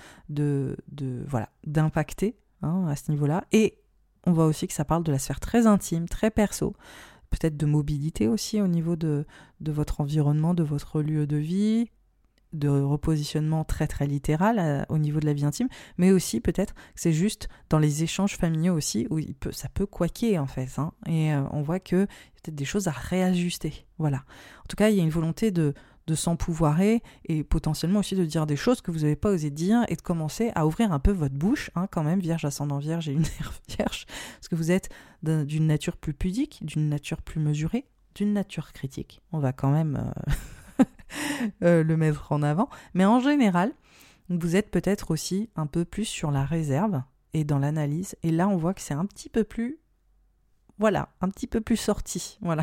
d'impacter à ce niveau-là. Et on voit aussi que ça parle de la sphère très intime, très perso, peut-être de mobilité aussi au niveau de votre environnement, de votre lieu de vie, de repositionnement très très littéral au niveau de la vie intime, mais aussi peut-être que c'est juste dans les échanges familiaux aussi où ça peut couaquer en fait, et on voit qu'il y a peut-être des choses à réajuster. Voilà. En tout cas, il y a une volonté de s'empouvoirer et potentiellement aussi de dire des choses que vous n'avez pas osé dire et de commencer à ouvrir un peu votre bouche, quand même, Vierge, ascendant Vierge et lunaire Vierge, parce que vous êtes d'une nature plus pudique, d'une nature plus mesurée, d'une nature critique. On va quand même le mettre en avant. Mais en général, vous êtes peut-être aussi un peu plus sur la réserve et dans l'analyse. Et là, on voit que c'est un petit peu plus... Voilà, un petit peu plus sorti. Voilà.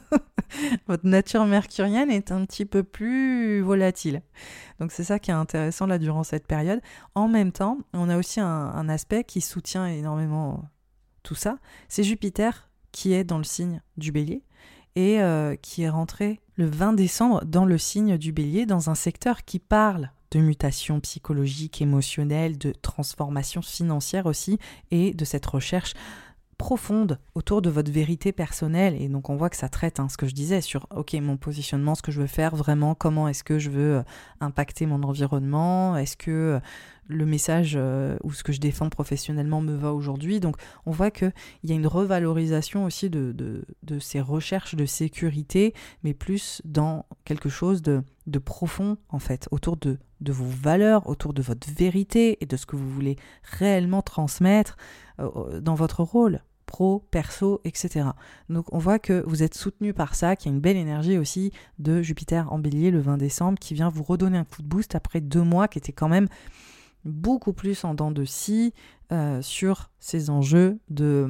Votre nature mercurienne est un petit peu plus volatile. Donc c'est ça qui est intéressant là durant cette période. En même temps, on a aussi un aspect qui soutient énormément tout ça. C'est Jupiter qui est dans le signe du Bélier et qui est rentré le 20 décembre dans le signe du Bélier, dans un secteur qui parle de mutation psychologique, émotionnelle, de transformation financière aussi, et de cette recherche profonde autour de votre vérité personnelle. Et donc on voit que ça traite ce que je disais sur mon positionnement, ce que je veux faire vraiment, comment est-ce que je veux impacter mon environnement, est-ce que le message ou ce que je défends professionnellement me va aujourd'hui. Donc on voit qu'il y a une revalorisation aussi de ces recherches de sécurité, mais plus dans quelque chose de profond en fait, autour de vos valeurs, autour de votre vérité et de ce que vous voulez réellement transmettre dans votre rôle pro, perso, etc. Donc on voit que vous êtes soutenu par ça, qu'il y a une belle énergie aussi de Jupiter en Bélier le 20 décembre qui vient vous redonner un coup de boost après 2 mois qui étaient quand même beaucoup plus en dents de scie sur ces enjeux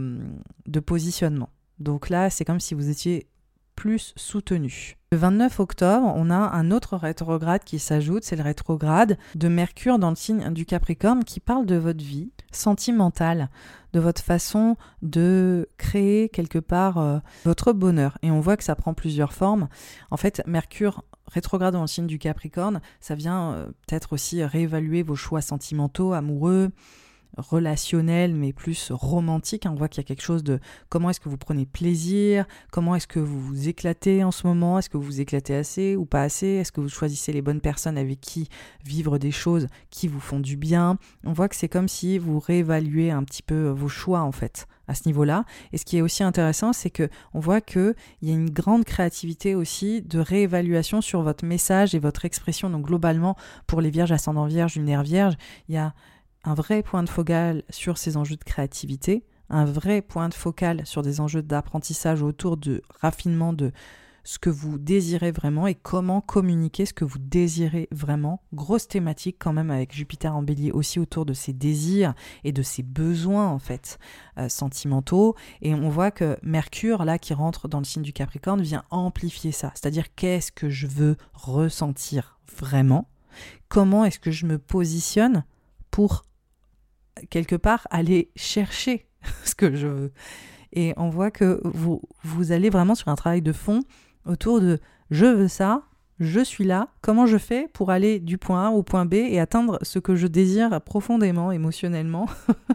de positionnement. Donc là, c'est comme si vous étiez plus soutenu. Le 29 octobre, on a un autre rétrograde qui s'ajoute, c'est le rétrograde de Mercure dans le signe du Capricorne qui parle de votre vie sentimentale, de votre façon de créer quelque part votre bonheur. Et on voit que ça prend plusieurs formes. En fait, Mercure rétrograde dans le signe du Capricorne, ça vient peut-être aussi réévaluer vos choix sentimentaux, amoureux, relationnel mais plus romantique. On voit qu'il y a quelque chose de comment est-ce que vous prenez plaisir, comment est-ce que vous vous éclatez en ce moment, est-ce que vous vous éclatez assez ou pas assez, est-ce que vous choisissez les bonnes personnes avec qui vivre des choses qui vous font du bien. On voit que c'est comme si vous réévaluez un petit peu vos choix en fait à ce niveau-là. Et ce qui est aussi intéressant, c'est que on voit qu'il y a une grande créativité aussi de réévaluation sur votre message et votre expression. Donc globalement, pour les vierges, ascendant vierge, lunaire vierge, il y a un vrai point de focal sur ces enjeux de créativité, un vrai point de focal sur des enjeux d'apprentissage autour de raffinement de ce que vous désirez vraiment et comment communiquer ce que vous désirez vraiment. Grosse thématique quand même avec Jupiter en Bélier aussi autour de ses désirs et de ses besoins en fait sentimentaux. Et on voit que Mercure là qui rentre dans le signe du Capricorne vient amplifier ça. C'est-à-dire qu'est-ce que je veux ressentir vraiment Comment est-ce que je me positionne pour, quelque part, aller chercher ce que je veux. Et on voit que vous allez vraiment sur un travail de fond autour de « je veux ça ». Je suis là, comment je fais pour aller du point A au point B et atteindre ce que je désire profondément, émotionnellement.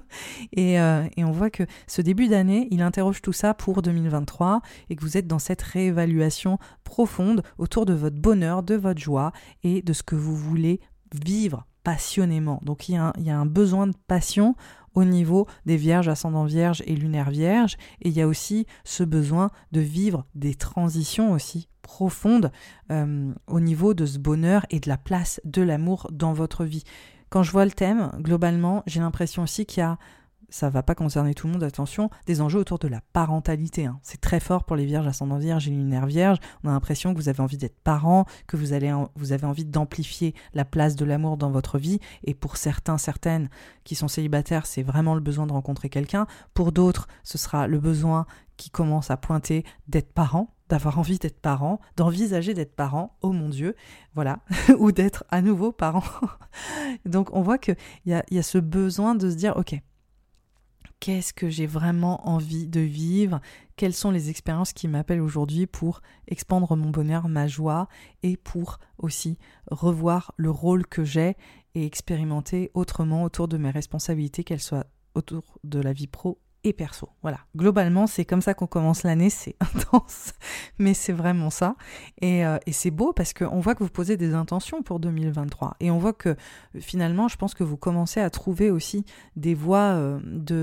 et on voit que ce début d'année, il interroge tout ça pour 2023 et que vous êtes dans cette réévaluation profonde autour de votre bonheur, de votre joie et de ce que vous voulez vivre passionnément. Donc il y a un besoin de passion au niveau des vierges, ascendant vierge et lunaire vierge, et il y a aussi ce besoin de vivre des transitions aussi profondes au niveau de ce bonheur et de la place de l'amour dans votre vie. Quand je vois le thème, globalement, j'ai l'impression aussi qu'il y a, ça ne va pas concerner tout le monde, attention, des enjeux autour de la parentalité. C'est très fort pour les vierges, ascendant vierge et lunaire vierge. On a l'impression que vous avez envie d'être parent, que vous avez envie d'amplifier la place de l'amour dans votre vie. Et pour certaines qui sont célibataires, c'est vraiment le besoin de rencontrer quelqu'un. Pour d'autres, ce sera le besoin qui commence à pointer d'être parent, d'avoir envie d'être parent, d'envisager d'être parent, oh mon Dieu, voilà, ou d'être à nouveau parent. Donc on voit qu'il y a ce besoin de se dire, ok, qu'est-ce que j'ai vraiment envie de vivre? Quelles sont les expériences qui m'appellent aujourd'hui pour expandre mon bonheur, ma joie et pour aussi revoir le rôle que j'ai et expérimenter autrement autour de mes responsabilités, qu'elles soient autour de la vie pro et perso. Voilà, globalement, c'est comme ça qu'on commence l'année, c'est intense, mais c'est vraiment ça. Et c'est beau parce qu'on voit que vous posez des intentions pour 2023. Et on voit que finalement, je pense que vous commencez à trouver aussi des voies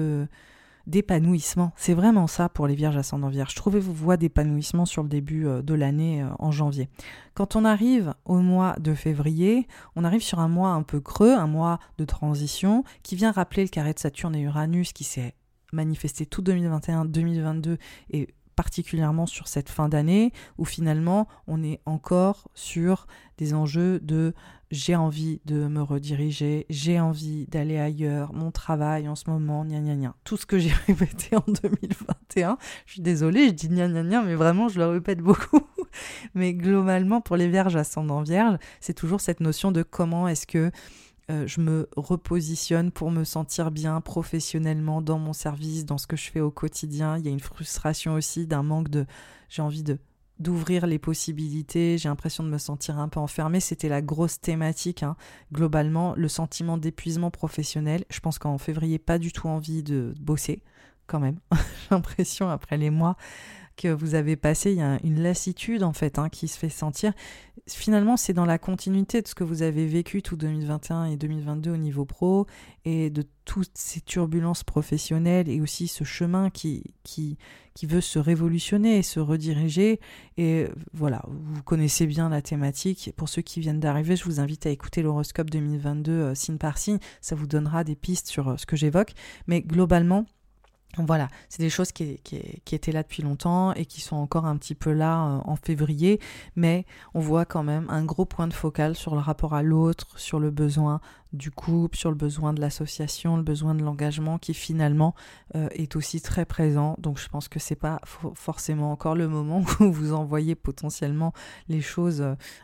d'épanouissement. C'est vraiment ça pour les vierges ascendant vierge. Trouvez vos voies d'épanouissement sur le début de l'année en janvier. Quand on arrive au mois de février, on arrive sur un mois un peu creux, un mois de transition qui vient rappeler le carré de Saturne et Uranus qui s'est manifesté tout 2021, 2022 et particulièrement sur cette fin d'année où finalement on est encore sur des enjeux de j'ai envie de me rediriger, j'ai envie d'aller ailleurs, mon travail en ce moment, gna gna gna. Tout ce que j'ai répété en 2021, je suis désolée, je dis gna gna gna, mais vraiment je le répète beaucoup. Mais globalement pour les vierges ascendant vierge, c'est toujours cette notion de comment est-ce que je me repositionne pour me sentir bien professionnellement dans mon service, dans ce que je fais au quotidien. Il y a une frustration aussi d'un manque de... J'ai envie d'ouvrir les possibilités, j'ai l'impression de me sentir un peu enfermée. C'était la grosse thématique, globalement, le sentiment d'épuisement professionnel. Je pense qu'en février, pas du tout envie de bosser, quand même. J'ai l'impression, après les mois que vous avez passé, il y a une lassitude en fait qui se fait sentir. Finalement, c'est dans la continuité de ce que vous avez vécu tout 2021 et 2022 au niveau pro et de toutes ces turbulences professionnelles et aussi ce chemin qui veut se révolutionner et se rediriger. Et voilà, vous connaissez bien la thématique. Pour ceux qui viennent d'arriver, je vous invite à écouter l'horoscope 2022 signe par signe. Ça vous donnera des pistes sur ce que j'évoque. Mais globalement, voilà, c'est des choses qui étaient là depuis longtemps et qui sont encore un petit peu là en février, mais on voit quand même un gros point de focal sur le rapport à l'autre, sur le besoin du couple, sur le besoin de l'association, le besoin de l'engagement qui finalement est aussi très présent. Donc je pense que c'est pas forcément encore le moment où vous envoyez potentiellement les choses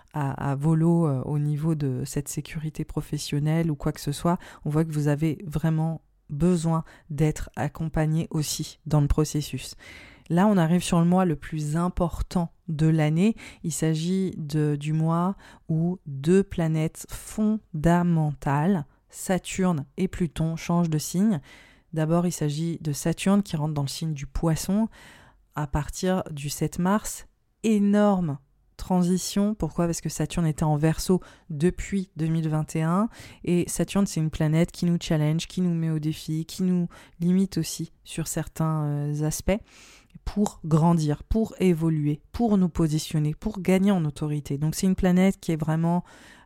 à volo au niveau de cette sécurité professionnelle ou quoi que ce soit. On voit que vous avez vraiment besoin d'être accompagné aussi dans le processus. Là, on arrive sur le mois le plus important de l'année. Il s'agit du mois où deux planètes fondamentales, Saturne et Pluton, changent de signe. D'abord, il s'agit de Saturne qui rentre dans le signe du Poisson à partir du 7 mars. Énorme transition. Pourquoi ? Parce que Saturne était en Verseau depuis 2021 et Saturne c'est une planète qui nous challenge, qui nous met au défi, qui nous limite aussi sur certains aspects pour grandir, pour évoluer, pour nous positionner, pour gagner en autorité. Donc c'est une planète qui est vraiment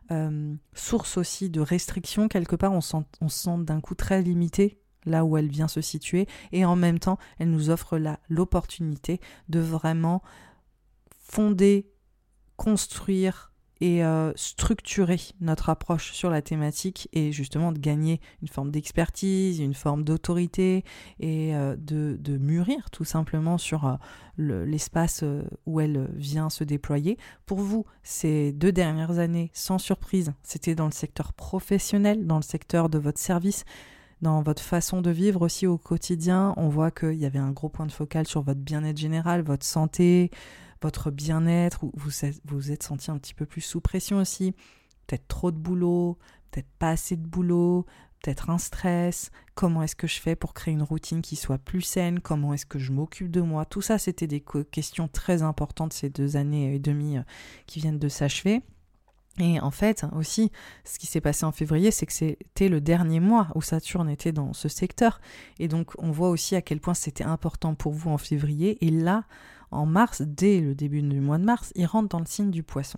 source aussi de restrictions. Quelque part on se sent d'un coup très limité là où elle vient se situer et en même temps elle nous offre l'opportunité de vraiment fonder, construire et structurer notre approche sur la thématique et justement de gagner une forme d'expertise, une forme d'autorité et de mûrir tout simplement sur l'espace où elle vient se déployer. Pour vous, ces 2 dernières années, sans surprise, c'était dans le secteur professionnel, dans le secteur de votre service, dans votre façon de vivre aussi au quotidien. On voit qu'il y avait un gros point de focal sur votre bien-être général, votre santé, votre bien-être, où vous êtes senti un petit peu plus sous pression aussi, peut-être trop de boulot, peut-être pas assez de boulot, peut-être un stress, comment est-ce que je fais pour créer une routine qui soit plus saine, comment est-ce que je m'occupe de moi, tout ça c'était des questions très importantes ces 2 années et demie qui viennent de s'achever. Et en fait, aussi, ce qui s'est passé en février, c'est que c'était le dernier mois où Saturne était dans ce secteur. Et donc, on voit aussi à quel point c'était important pour vous en février. Et là, en mars, dès le début du mois de mars, il rentre dans le signe du Poisson.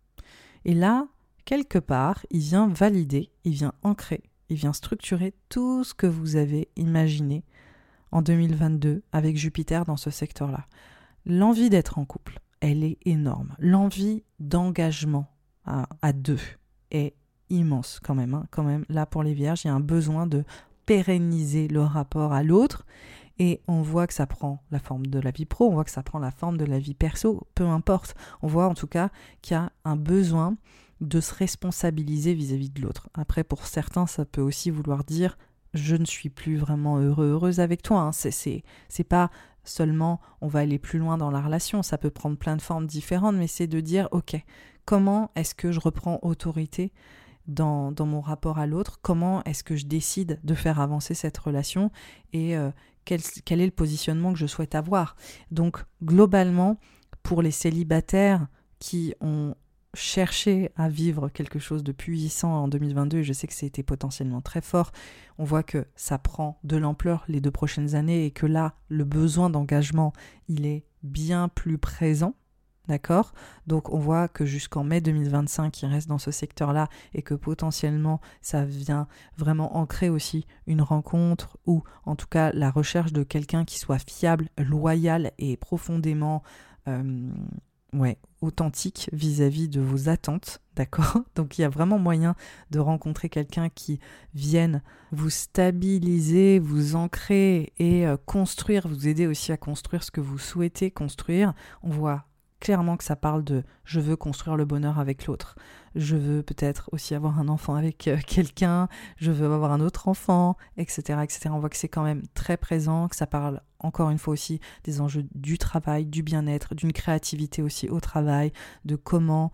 Et là, quelque part, il vient valider, il vient ancrer, il vient structurer tout ce que vous avez imaginé en 2022 avec Jupiter dans ce secteur-là. L'envie d'être en couple, elle est énorme. L'envie d'engagement à 2 est immense quand même. Quand même, là pour les Vierges, il y a un besoin de pérenniser le rapport à l'autre et on voit que ça prend la forme de la vie pro, on voit que ça prend la forme de la vie perso, peu importe. On voit en tout cas qu'il y a un besoin de se responsabiliser vis-à-vis de l'autre. Après, pour certains, ça peut aussi vouloir dire « je ne suis plus vraiment heureuse avec toi ». C'est pas seulement on va aller plus loin dans la relation, ça peut prendre plein de formes différentes, mais c'est de dire « ok, comment est-ce que je reprends autorité dans mon rapport à l'autre ? Comment est-ce que je décide de faire avancer cette relation ? Et quel est le positionnement que je souhaite avoir ? » Donc, globalement, pour les célibataires qui ont cherché à vivre quelque chose de puissant en 2022, et je sais que c'était potentiellement très fort, on voit que ça prend de l'ampleur les 2 prochaines années et que là, le besoin d'engagement, il est bien plus présent. D'accord ? Donc on voit que jusqu'en mai 2025, il reste dans ce secteur-là et que potentiellement ça vient vraiment ancrer aussi une rencontre ou en tout cas la recherche de quelqu'un qui soit fiable, loyal et profondément authentique vis-à-vis de vos attentes. D'accord ? Donc il y a vraiment moyen de rencontrer quelqu'un qui vienne vous stabiliser, vous ancrer et construire, vous aider aussi à construire ce que vous souhaitez construire. On voit clairement que ça parle de « je veux construire le bonheur avec l'autre ». Je veux peut-être aussi avoir un enfant avec quelqu'un, je veux avoir un autre enfant, etc., etc. On voit que c'est quand même très présent, que ça parle encore une fois aussi des enjeux du travail, du bien-être, d'une créativité aussi au travail, de comment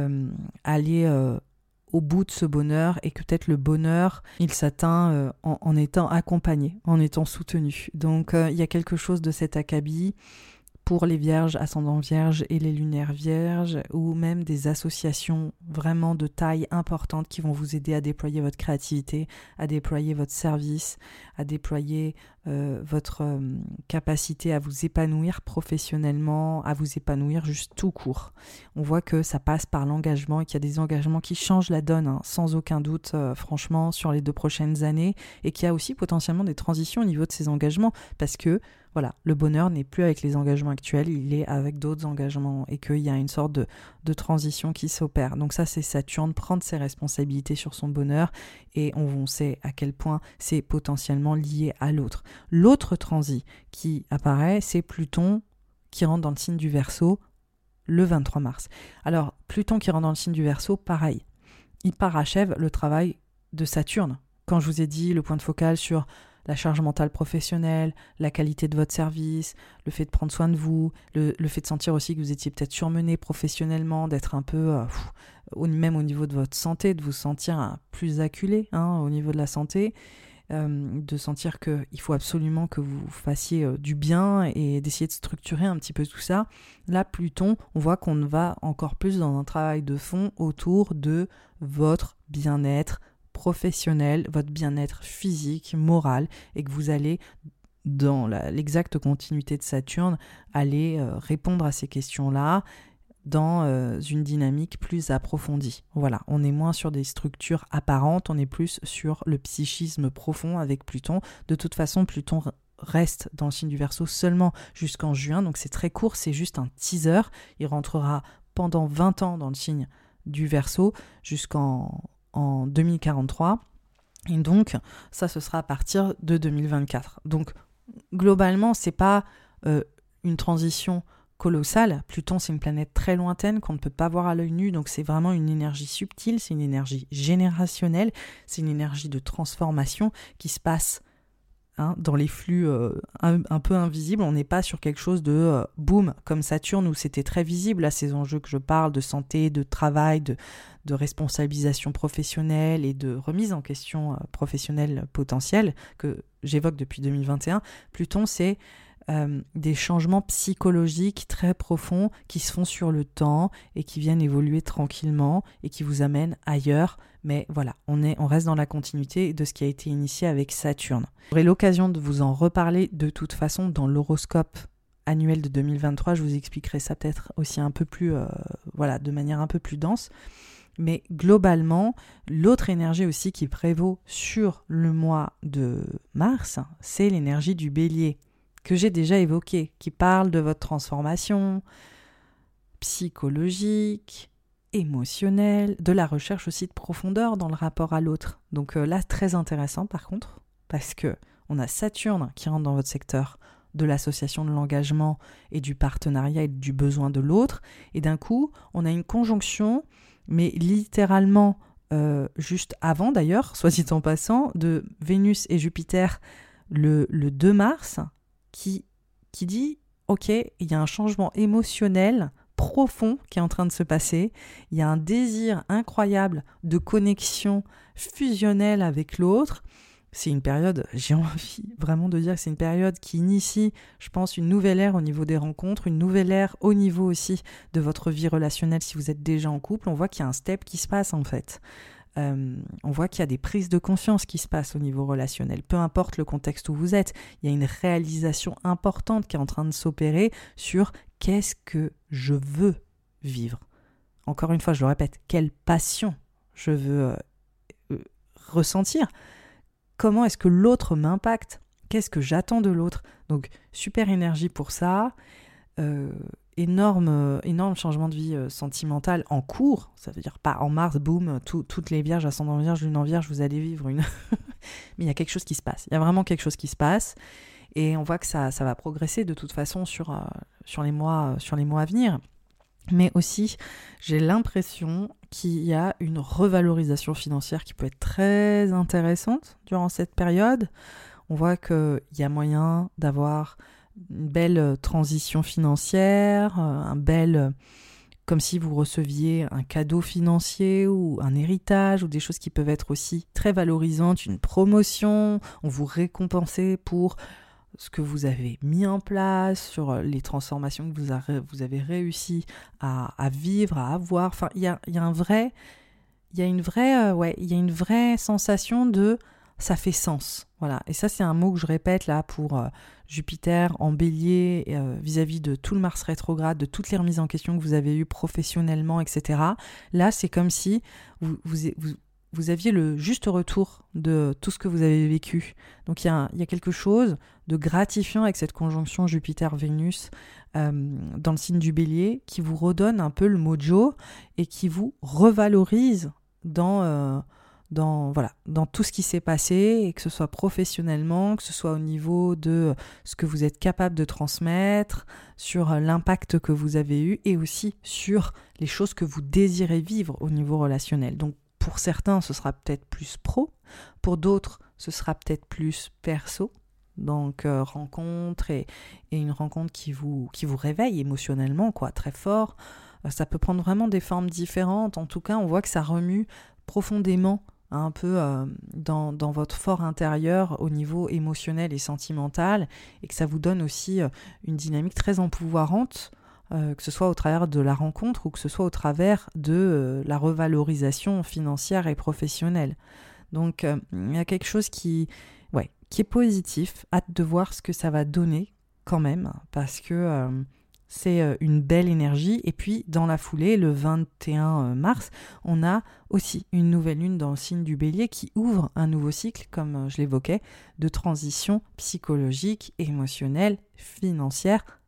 aller au bout de ce bonheur et que peut-être le bonheur, il s'atteint en étant accompagné, en étant soutenu. Donc il y a quelque chose de cet acabit pour les vierges, ascendants vierges et les lunaires vierges, ou même des associations vraiment de taille importante qui vont vous aider à déployer votre créativité, à déployer votre service, à déployer votre capacité à vous épanouir professionnellement, à vous épanouir juste tout court. On voit que ça passe par l'engagement et qu'il y a des engagements qui changent la donne, sans aucun doute, franchement, sur les 2 prochaines années, et qu'il y a aussi potentiellement des transitions au niveau de ces engagements, parce que voilà, le bonheur n'est plus avec les engagements actuels, il est avec d'autres engagements et qu'il y a une sorte de transition qui s'opère. Donc ça, c'est Saturne, prendre ses responsabilités sur son bonheur et on sait à quel point c'est potentiellement lié à l'autre. L'autre transit qui apparaît, c'est Pluton qui rentre dans le signe du Verseau le 23 mars. Alors, Pluton qui rentre dans le signe du Verseau, pareil, il parachève le travail de Saturne. Quand je vous ai dit le point de focal sur la charge mentale professionnelle, la qualité de votre service, le fait de prendre soin de vous, le fait de sentir aussi que vous étiez peut-être surmené professionnellement, d'être un peu, même au niveau de votre santé, de vous sentir plus acculé au niveau de la santé, de sentir qu'il faut absolument que vous fassiez du bien et d'essayer de structurer un petit peu tout ça. Là, Pluton, on voit qu'on va encore plus dans un travail de fond autour de votre bien-être professionnel, votre bien-être physique, moral, et que vous allez, dans l'exacte continuité de Saturne, aller répondre à ces questions-là dans une dynamique plus approfondie. Voilà, on est moins sur des structures apparentes, on est plus sur le psychisme profond avec Pluton. De toute façon, Pluton reste dans le signe du Verseau seulement jusqu'en juin, donc c'est très court, c'est juste un teaser. Il rentrera pendant 20 ans dans le signe du Verseau jusqu'en 2043. Et donc, ça, ce sera à partir de 2024. Donc, globalement, c'est pas une transition colossale. Pluton, c'est une planète très lointaine qu'on ne peut pas voir à l'œil nu, donc c'est vraiment une énergie subtile, c'est une énergie générationnelle, c'est une énergie de transformation qui se passe dans les flux un peu invisibles. On n'est pas sur quelque chose de boum, comme Saturne, où c'était très visible, là, ces enjeux que je parle de santé, de travail, de responsabilisation professionnelle et de remise en question professionnelle potentielle, que j'évoque depuis 2021. Pluton, c'est des changements psychologiques très profonds qui se font sur le temps et qui viennent évoluer tranquillement et qui vous amènent ailleurs. Mais voilà, on reste dans la continuité de ce qui a été initié avec Saturne. J'aurai l'occasion de vous en reparler de toute façon dans l'horoscope annuel de 2023. Je vous expliquerai ça peut-être aussi un peu plus, de manière un peu plus dense. Mais globalement, l'autre énergie aussi qui prévaut sur le mois de mars, c'est l'énergie du Bélier, que j'ai déjà évoqué, qui parle de votre transformation psychologique, émotionnelle, de la recherche aussi de profondeur dans le rapport à l'autre. Donc là, très intéressant par contre, parce que on a Saturne qui rentre dans votre secteur de l'association de l'engagement et du partenariat et du besoin de l'autre, et d'un coup, on a une conjonction, mais littéralement juste avant d'ailleurs, soit dit en passant, de Vénus et Jupiter le 2 mars, qui dit « Ok, il y a un changement émotionnel profond qui est en train de se passer, il y a un désir incroyable de connexion fusionnelle avec l'autre. » C'est une période, j'ai envie vraiment de dire que c'est une période qui initie, je pense, une nouvelle ère au niveau des rencontres, une nouvelle ère au niveau aussi de votre vie relationnelle si vous êtes déjà en couple. On voit qu'il y a un step qui se passe en fait. On voit qu'il y a des prises de conscience qui se passent au niveau relationnel. Peu importe le contexte où vous êtes, il y a une réalisation importante qui est en train de s'opérer sur qu'est-ce que je veux vivre. Encore une fois, je le répète, quelle passion je veux ressentir. Comment est-ce que l'autre m'impacte? Qu'est-ce que j'attends de l'autre? Donc, super énergie pour ça. Énorme changement de vie sentimentale en cours. Ça veut dire pas en mars, boum, toutes les vierges, ascendant vierge, lune en vierge, vous allez vivre une... Mais il y a quelque chose qui se passe. Il y a vraiment quelque chose qui se passe. Et on voit que ça va progresser de toute façon sur les mois à venir. Mais aussi, j'ai l'impression qu'il y a une revalorisation financière qui peut être très intéressante durant cette période. On voit qu'il y a moyen d'avoir une belle transition financière, comme si vous receviez un cadeau financier ou un héritage ou des choses qui peuvent être aussi très valorisantes, une promotion, on vous récompensez pour ce que vous avez mis en place, sur les transformations que vous avez réussi à vivre, à avoir. Enfin, il y a une vraie sensation de ça fait sens. Voilà. Et ça, c'est un mot que je répète là pour Jupiter en Bélier vis-à-vis de tout le Mars rétrograde, de toutes les remises en question que vous avez eues professionnellement, etc. Là, c'est comme si vous aviez le juste retour de tout ce que vous avez vécu. Donc il y a quelque chose de gratifiant avec cette conjonction Jupiter-Vénus dans le signe du Bélier qui vous redonne un peu le mojo et qui vous revalorise dans tout ce qui s'est passé, et que ce soit professionnellement, que ce soit au niveau de ce que vous êtes capable de transmettre, sur l'impact que vous avez eu et aussi sur les choses que vous désirez vivre au niveau relationnel. Donc pour certains, ce sera peut-être plus pro, pour d'autres, ce sera peut-être plus perso. Donc rencontre et une rencontre qui vous réveille émotionnellement, quoi, très fort. Ça peut prendre vraiment des formes différentes. En tout cas, on voit que ça remue profondément un peu dans votre fort intérieur au niveau émotionnel et sentimental, et que ça vous donne aussi une dynamique très empouvoirante, que ce soit au travers de la rencontre ou que ce soit au travers de la revalorisation financière et professionnelle. Donc il y a quelque chose qui est positif, hâte de voir ce que ça va donner quand même, parce que c'est une belle énergie. Et puis dans la foulée, le 21 mars, on a aussi une nouvelle lune dans le signe du Bélier qui ouvre un nouveau cycle, comme je l'évoquais, de transition psychologique, émotionnelle, financière,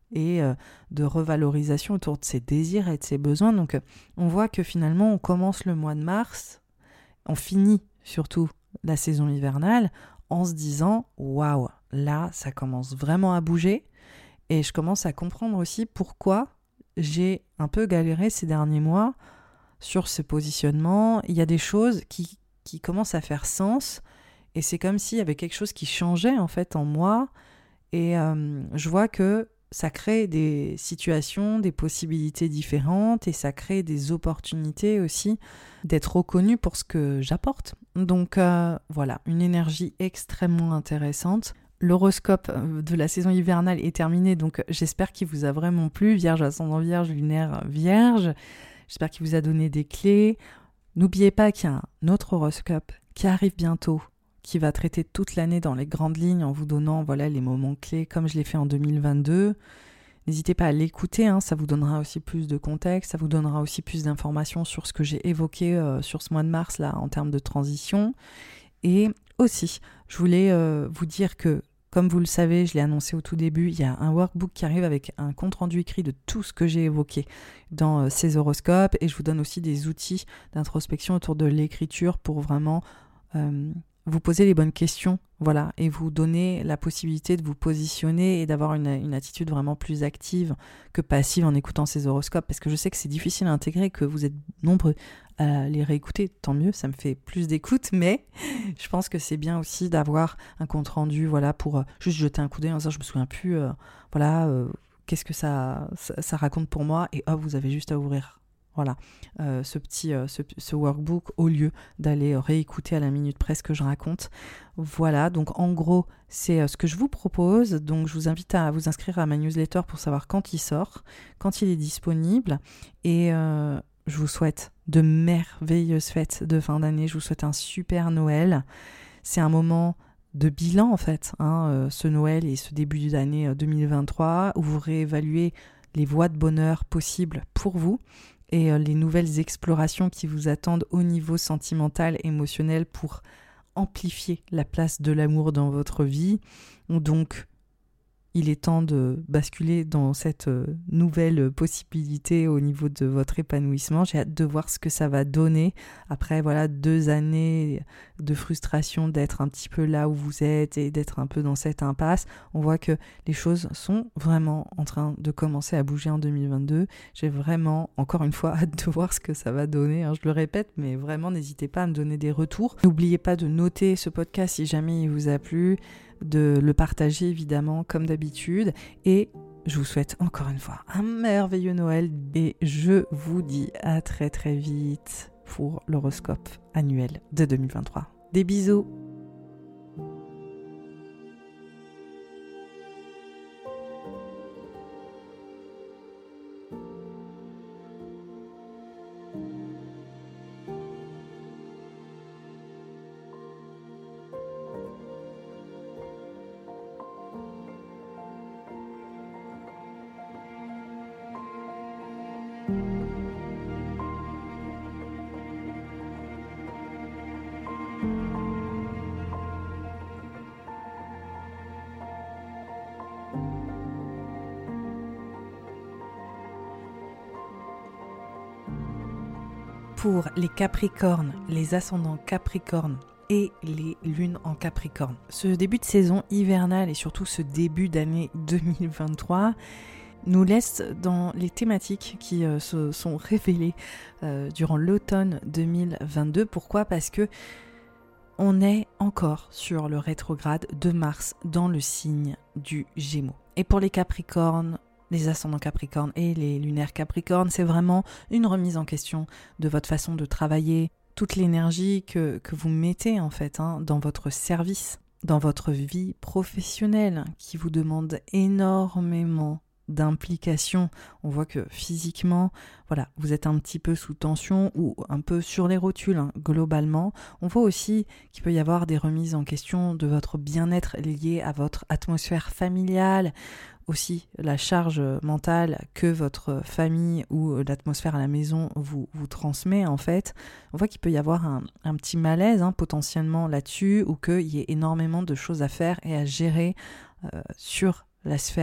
et de revalorisation autour de ses désirs et de ses besoins. Donc on voit que finalement on commence le mois de mars, on finit surtout la saison hivernale en se disant « Waouh, là ça commence vraiment à bouger » et je commence à comprendre aussi pourquoi j'ai un peu galéré ces derniers mois sur ce positionnement. Il y a des choses qui commencent à faire sens et c'est comme s'il y avait quelque chose qui changeait en fait en moi et je vois que ça crée des situations, des possibilités différentes et ça crée des opportunités aussi d'être reconnu pour ce que j'apporte. Donc voilà, une énergie extrêmement intéressante. L'horoscope de la saison hivernale est terminé, donc j'espère qu'il vous a vraiment plu. Vierge, ascendant Vierge, lunaire Vierge. J'espère qu'il vous a donné des clés. N'oubliez pas qu'il y a un autre horoscope qui arrive bientôt, qui va traiter toute l'année dans les grandes lignes en vous donnant les moments clés comme je l'ai fait en 2022. N'hésitez pas à l'écouter, ça vous donnera aussi plus de contexte, ça vous donnera aussi plus d'informations sur ce que j'ai évoqué sur ce mois de mars là en termes de transition. Et aussi, je voulais vous dire que, comme vous le savez, je l'ai annoncé au tout début, il y a un workbook qui arrive avec un compte-rendu écrit de tout ce que j'ai évoqué dans ces horoscopes et je vous donne aussi des outils d'introspection autour de l'écriture pour vraiment vous poser les bonnes questions, et vous donner la possibilité de vous positionner et d'avoir une attitude vraiment plus active que passive en écoutant ces horoscopes, parce que je sais que c'est difficile à intégrer, que vous êtes nombreux à les réécouter, tant mieux, ça me fait plus d'écoute, mais je pense que c'est bien aussi d'avoir un compte rendu, pour juste jeter un coup d'œil, ça je me souviens plus, qu'est-ce que ça raconte pour moi, et hop, vous avez juste à ouvrir ce workbook au lieu d'aller réécouter à la minute près ce que je raconte. Voilà, donc en gros, c'est ce que je vous propose. Donc je vous invite à vous inscrire à ma newsletter pour savoir quand il sort, quand il est disponible. Et je vous souhaite de merveilleuses fêtes de fin d'année. Je vous souhaite un super Noël. C'est un moment de bilan en fait, ce Noël et ce début d'année 2023, où vous réévaluez les voies de bonheur possibles pour vous et les nouvelles explorations qui vous attendent au niveau sentimental, émotionnel pour amplifier la place de l'amour dans votre vie. Donc, il est temps de basculer dans cette nouvelle possibilité au niveau de votre épanouissement. J'ai hâte de voir ce que ça va donner après 2 années de frustration d'être un petit peu là où vous êtes et d'être un peu dans cette impasse. On voit que les choses sont vraiment en train de commencer à bouger en 2022. J'ai vraiment, encore une fois, hâte de voir ce que ça va donner. Je le répète, mais vraiment, n'hésitez pas à me donner des retours. N'oubliez pas de noter ce podcast si jamais il vous a plu, de le partager évidemment comme d'habitude et je vous souhaite encore une fois un merveilleux Noël et je vous dis à très très vite pour l'horoscope annuel de 2023. Des bisous. Pour les Capricornes, les ascendants Capricornes et les lunes en Capricorne. Ce début de saison hivernale et surtout ce début d'année 2023 nous laisse dans les thématiques qui se sont révélées durant l'automne 2022. Pourquoi ? Parce que on est encore sur le rétrograde de Mars dans le signe du Gémeaux. Et pour les Capricornes, les ascendants Capricorne et les lunaires Capricorne, c'est vraiment une remise en question de votre façon de travailler, toute l'énergie que vous mettez en fait dans votre service, dans votre vie professionnelle qui vous demande énormément d'implication. On voit que physiquement, vous êtes un petit peu sous tension ou un peu sur les rotules globalement. On voit aussi qu'il peut y avoir des remises en question de votre bien-être lié à votre atmosphère familiale, aussi la charge mentale que votre famille ou l'atmosphère à la maison vous transmet en fait. On voit qu'il peut y avoir un petit malaise potentiellement là-dessus ou qu'il y ait énormément de choses à faire et à gérer sur la sphère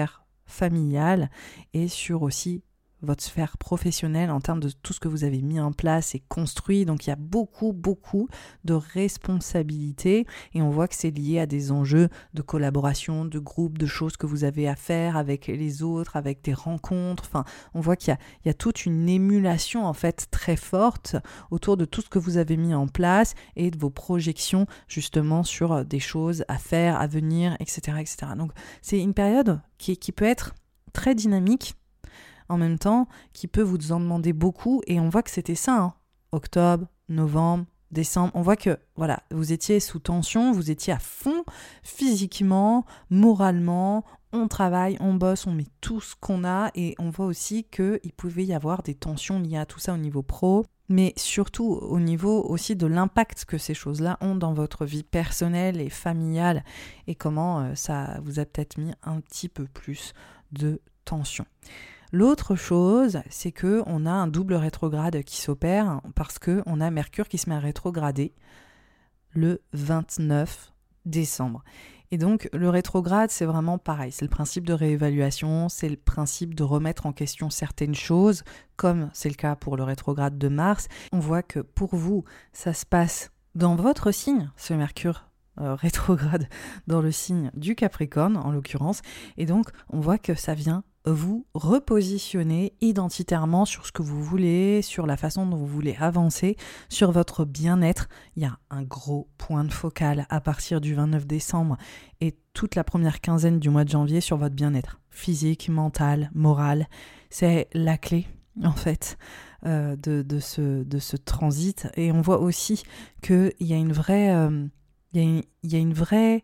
familiale et sur aussi votre sphère professionnelle en termes de tout ce que vous avez mis en place et construit. Donc il y a beaucoup de responsabilités et on voit que c'est lié à des enjeux de collaboration, de groupe, de choses que vous avez à faire avec les autres, avec des rencontres. Enfin, on voit qu'il y a toute une émulation en fait très forte autour de tout ce que vous avez mis en place et de vos projections justement sur des choses à faire, à venir, etc. etc. Donc c'est une période qui peut être très dynamique, en même temps, qui peut vous en demander beaucoup, et on voit que c'était ça, hein. Octobre, novembre, décembre, on voit que voilà, vous étiez sous tension, vous étiez à fond physiquement, moralement, on travaille, on bosse, on met tout ce qu'on a, et on voit aussi qu'il pouvait y avoir des tensions liées à tout ça au niveau pro, mais surtout au niveau aussi de l'impact que ces choses-là ont dans votre vie personnelle et familiale, et comment ça vous a peut-être mis un petit peu plus de tension. L'autre chose, c'est qu'on a un double rétrograde qui s'opère parce qu'on a Mercure qui se met à rétrograder le 29 décembre. Et donc, le rétrograde, c'est vraiment pareil. C'est le principe de réévaluation, c'est le principe de remettre en question certaines choses, comme c'est le cas pour le rétrograde de Mars. On voit que pour vous, ça se passe dans votre signe, ce Mercure rétrograde dans le signe du Capricorne, en l'occurrence. Et donc, on voit que ça vient vous repositionner identitairement sur ce que vous voulez, sur la façon dont vous voulez avancer, sur votre bien-être. Il y a un gros point de focal à partir du 29 décembre et toute la première quinzaine du mois de janvier sur votre bien-être physique, mental, moral. C'est la clé, en fait, de ce transit. Et on voit aussi qu'il y a une vraie... il y a une vraie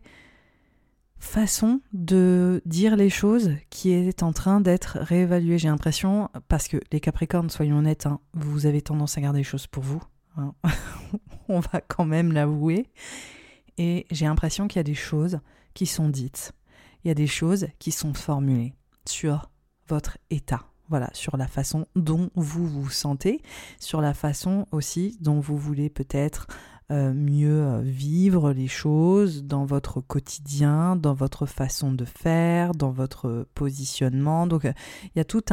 façon de dire les choses qui est en train d'être réévaluée, j'ai l'impression, parce que les Capricornes, soyons honnêtes, hein, vous avez tendance à garder les choses pour vous, hein. On va quand même l'avouer, et j'ai l'impression qu'il y a des choses qui sont dites, il y a des choses qui sont formulées sur votre état, voilà, sur la façon dont vous vous sentez, sur la façon aussi dont vous voulez peut-être mieux vivre les choses dans votre quotidien, dans votre façon de faire, dans votre positionnement. Donc il y a tout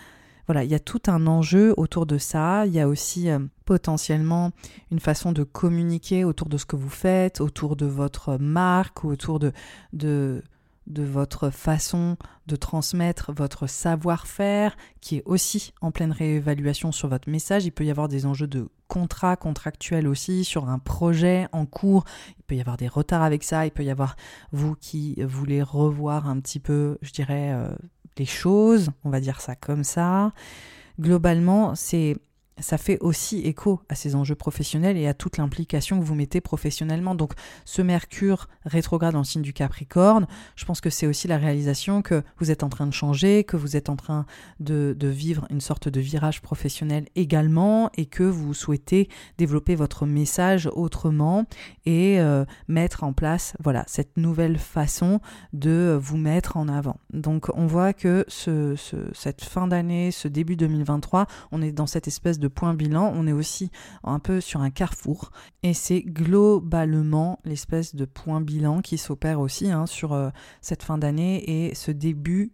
un enjeu autour de ça. Il y a aussi potentiellement une façon de communiquer autour de ce que vous faites, autour de votre marque, autour de votre façon de transmettre votre savoir-faire, qui est aussi en pleine réévaluation sur votre message. Il peut y avoir des enjeux de contractuels aussi, sur un projet en cours. Il peut y avoir des retards avec ça. Il peut y avoir vous qui voulez revoir un petit peu, je dirais, les choses. On va dire ça comme ça. Globalement, ça fait aussi écho à ces enjeux professionnels et à toute l'implication que vous mettez professionnellement. Donc ce Mercure rétrograde dans le signe du Capricorne, je pense que c'est aussi la réalisation que vous êtes en train de changer, que vous êtes en train de vivre une sorte de virage professionnel également et que vous souhaitez développer votre message autrement et mettre en place cette nouvelle façon de vous mettre en avant. Donc on voit que cette fin d'année, ce début 2023, on est dans cette espèce de point bilan, on est aussi un peu sur un carrefour et c'est globalement l'espèce de point bilan qui s'opère aussi sur cette fin d'année et ce début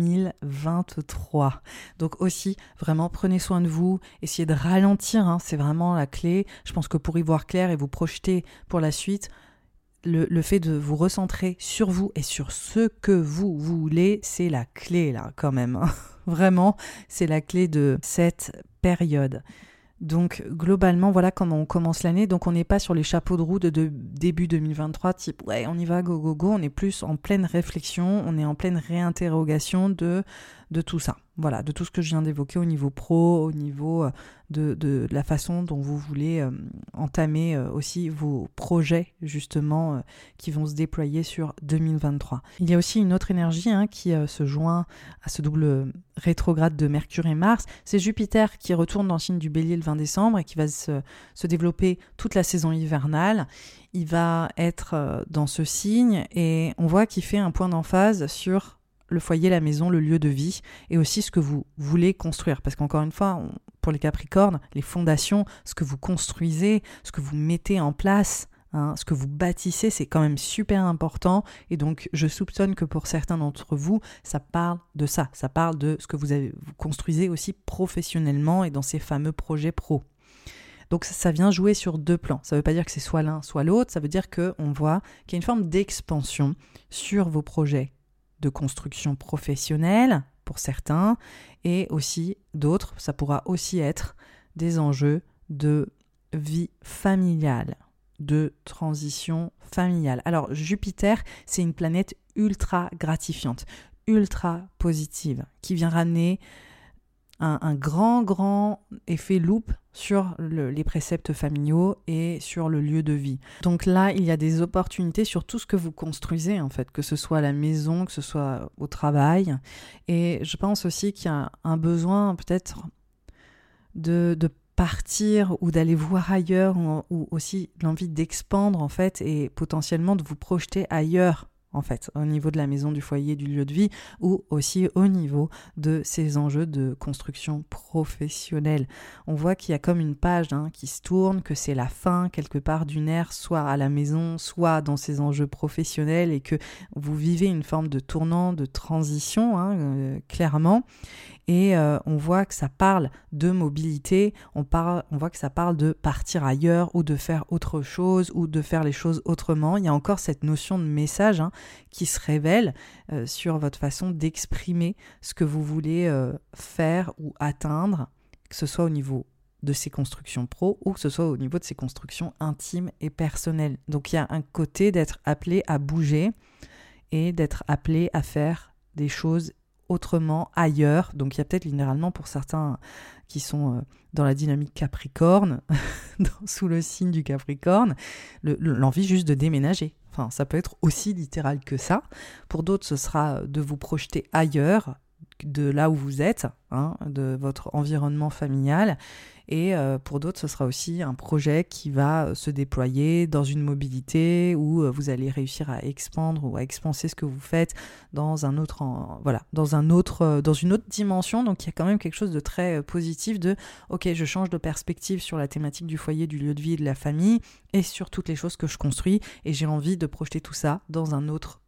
2023. Donc aussi, vraiment prenez soin de vous, essayez de ralentir, c'est vraiment la clé. Je pense que pour y voir clair et vous projeter pour la suite, le fait de vous recentrer sur vous et sur ce que vous voulez, c'est la clé là quand même. Vraiment, c'est la clé de cette période. Donc globalement, voilà comment on commence l'année. Donc on n'est pas sur les chapeaux de roue de début 2023, type ouais on y va, go go go. On est plus en pleine réflexion, on est en pleine réinterrogation de tout ça. Voilà, de tout ce que je viens d'évoquer au niveau pro, au niveau de la façon dont vous voulez entamer aussi vos projets justement qui vont se déployer sur 2023. Il y a aussi une autre énergie qui se joint à ce double rétrograde de Mercure et Mars. C'est Jupiter qui retourne dans le signe du Bélier le 20 décembre et qui va se développer toute la saison hivernale. Il va être dans ce signe et on voit qu'il fait un point d'emphase sur le foyer, la maison, le lieu de vie et aussi ce que vous voulez construire. Parce qu'encore une fois, pour les Capricornes, les fondations, ce que vous construisez, ce que vous mettez en place Ce que vous bâtissez, c'est quand même super important. Et donc, je soupçonne que pour certains d'entre vous, ça parle de ça. Ça parle de ce que vous construisez aussi professionnellement et dans ces fameux projets pro. Donc, ça vient jouer sur 2 plans. Ça ne veut pas dire que c'est soit l'un, soit l'autre. Ça veut dire qu'on voit qu'il y a une forme d'expansion sur vos projets de construction professionnelle pour certains. Et aussi d'autres, ça pourra aussi être des enjeux de vie familiale, de transition familiale. Alors Jupiter, c'est une planète ultra gratifiante, ultra positive, qui vient ramener un grand effet loupe sur les préceptes familiaux et sur le lieu de vie. Donc là, il y a des opportunités sur tout ce que vous construisez, en fait, que ce soit à la maison, que ce soit au travail. Et je pense aussi qu'il y a un besoin peut-être de partir ou d'aller voir ailleurs, ou aussi l'envie d'expandre, en fait, et potentiellement de vous projeter ailleurs, en fait, au niveau de la maison, du foyer, du lieu de vie, ou aussi au niveau de ces enjeux de construction professionnelle. On voit qu'il y a comme une page qui se tourne, que c'est la fin quelque part d'une ère, soit à la maison, soit dans ces enjeux professionnels, et que vous vivez une forme de tournant, de transition, clairement. Et on voit que ça parle de mobilité, on voit que ça parle de partir ailleurs ou de faire autre chose ou de faire les choses autrement. Il y a encore cette notion de message qui se révèle sur votre façon d'exprimer ce que vous voulez faire ou atteindre, que ce soit au niveau de ces constructions pro ou que ce soit au niveau de ces constructions intimes et personnelles. Donc il y a un côté d'être appelé à bouger et d'être appelé à faire des choses autrement, ailleurs. Donc il y a peut-être littéralement pour certains qui sont dans la dynamique Capricorne, sous le signe du Capricorne, l'envie juste de déménager. Enfin, ça peut être aussi littéral que ça. Pour d'autres, ce sera de vous projeter ailleurs, de là où vous êtes, de votre environnement familial. Et pour d'autres, ce sera aussi un projet qui va se déployer dans une mobilité où vous allez réussir à expandre ou à expanser ce que vous faites dans une autre dimension. Donc il y a quand même quelque chose de très positif de « Ok, je change de perspective sur la thématique du foyer, du lieu de vie et de la famille et sur toutes les choses que je construis et j'ai envie de projeter tout ça dans un autre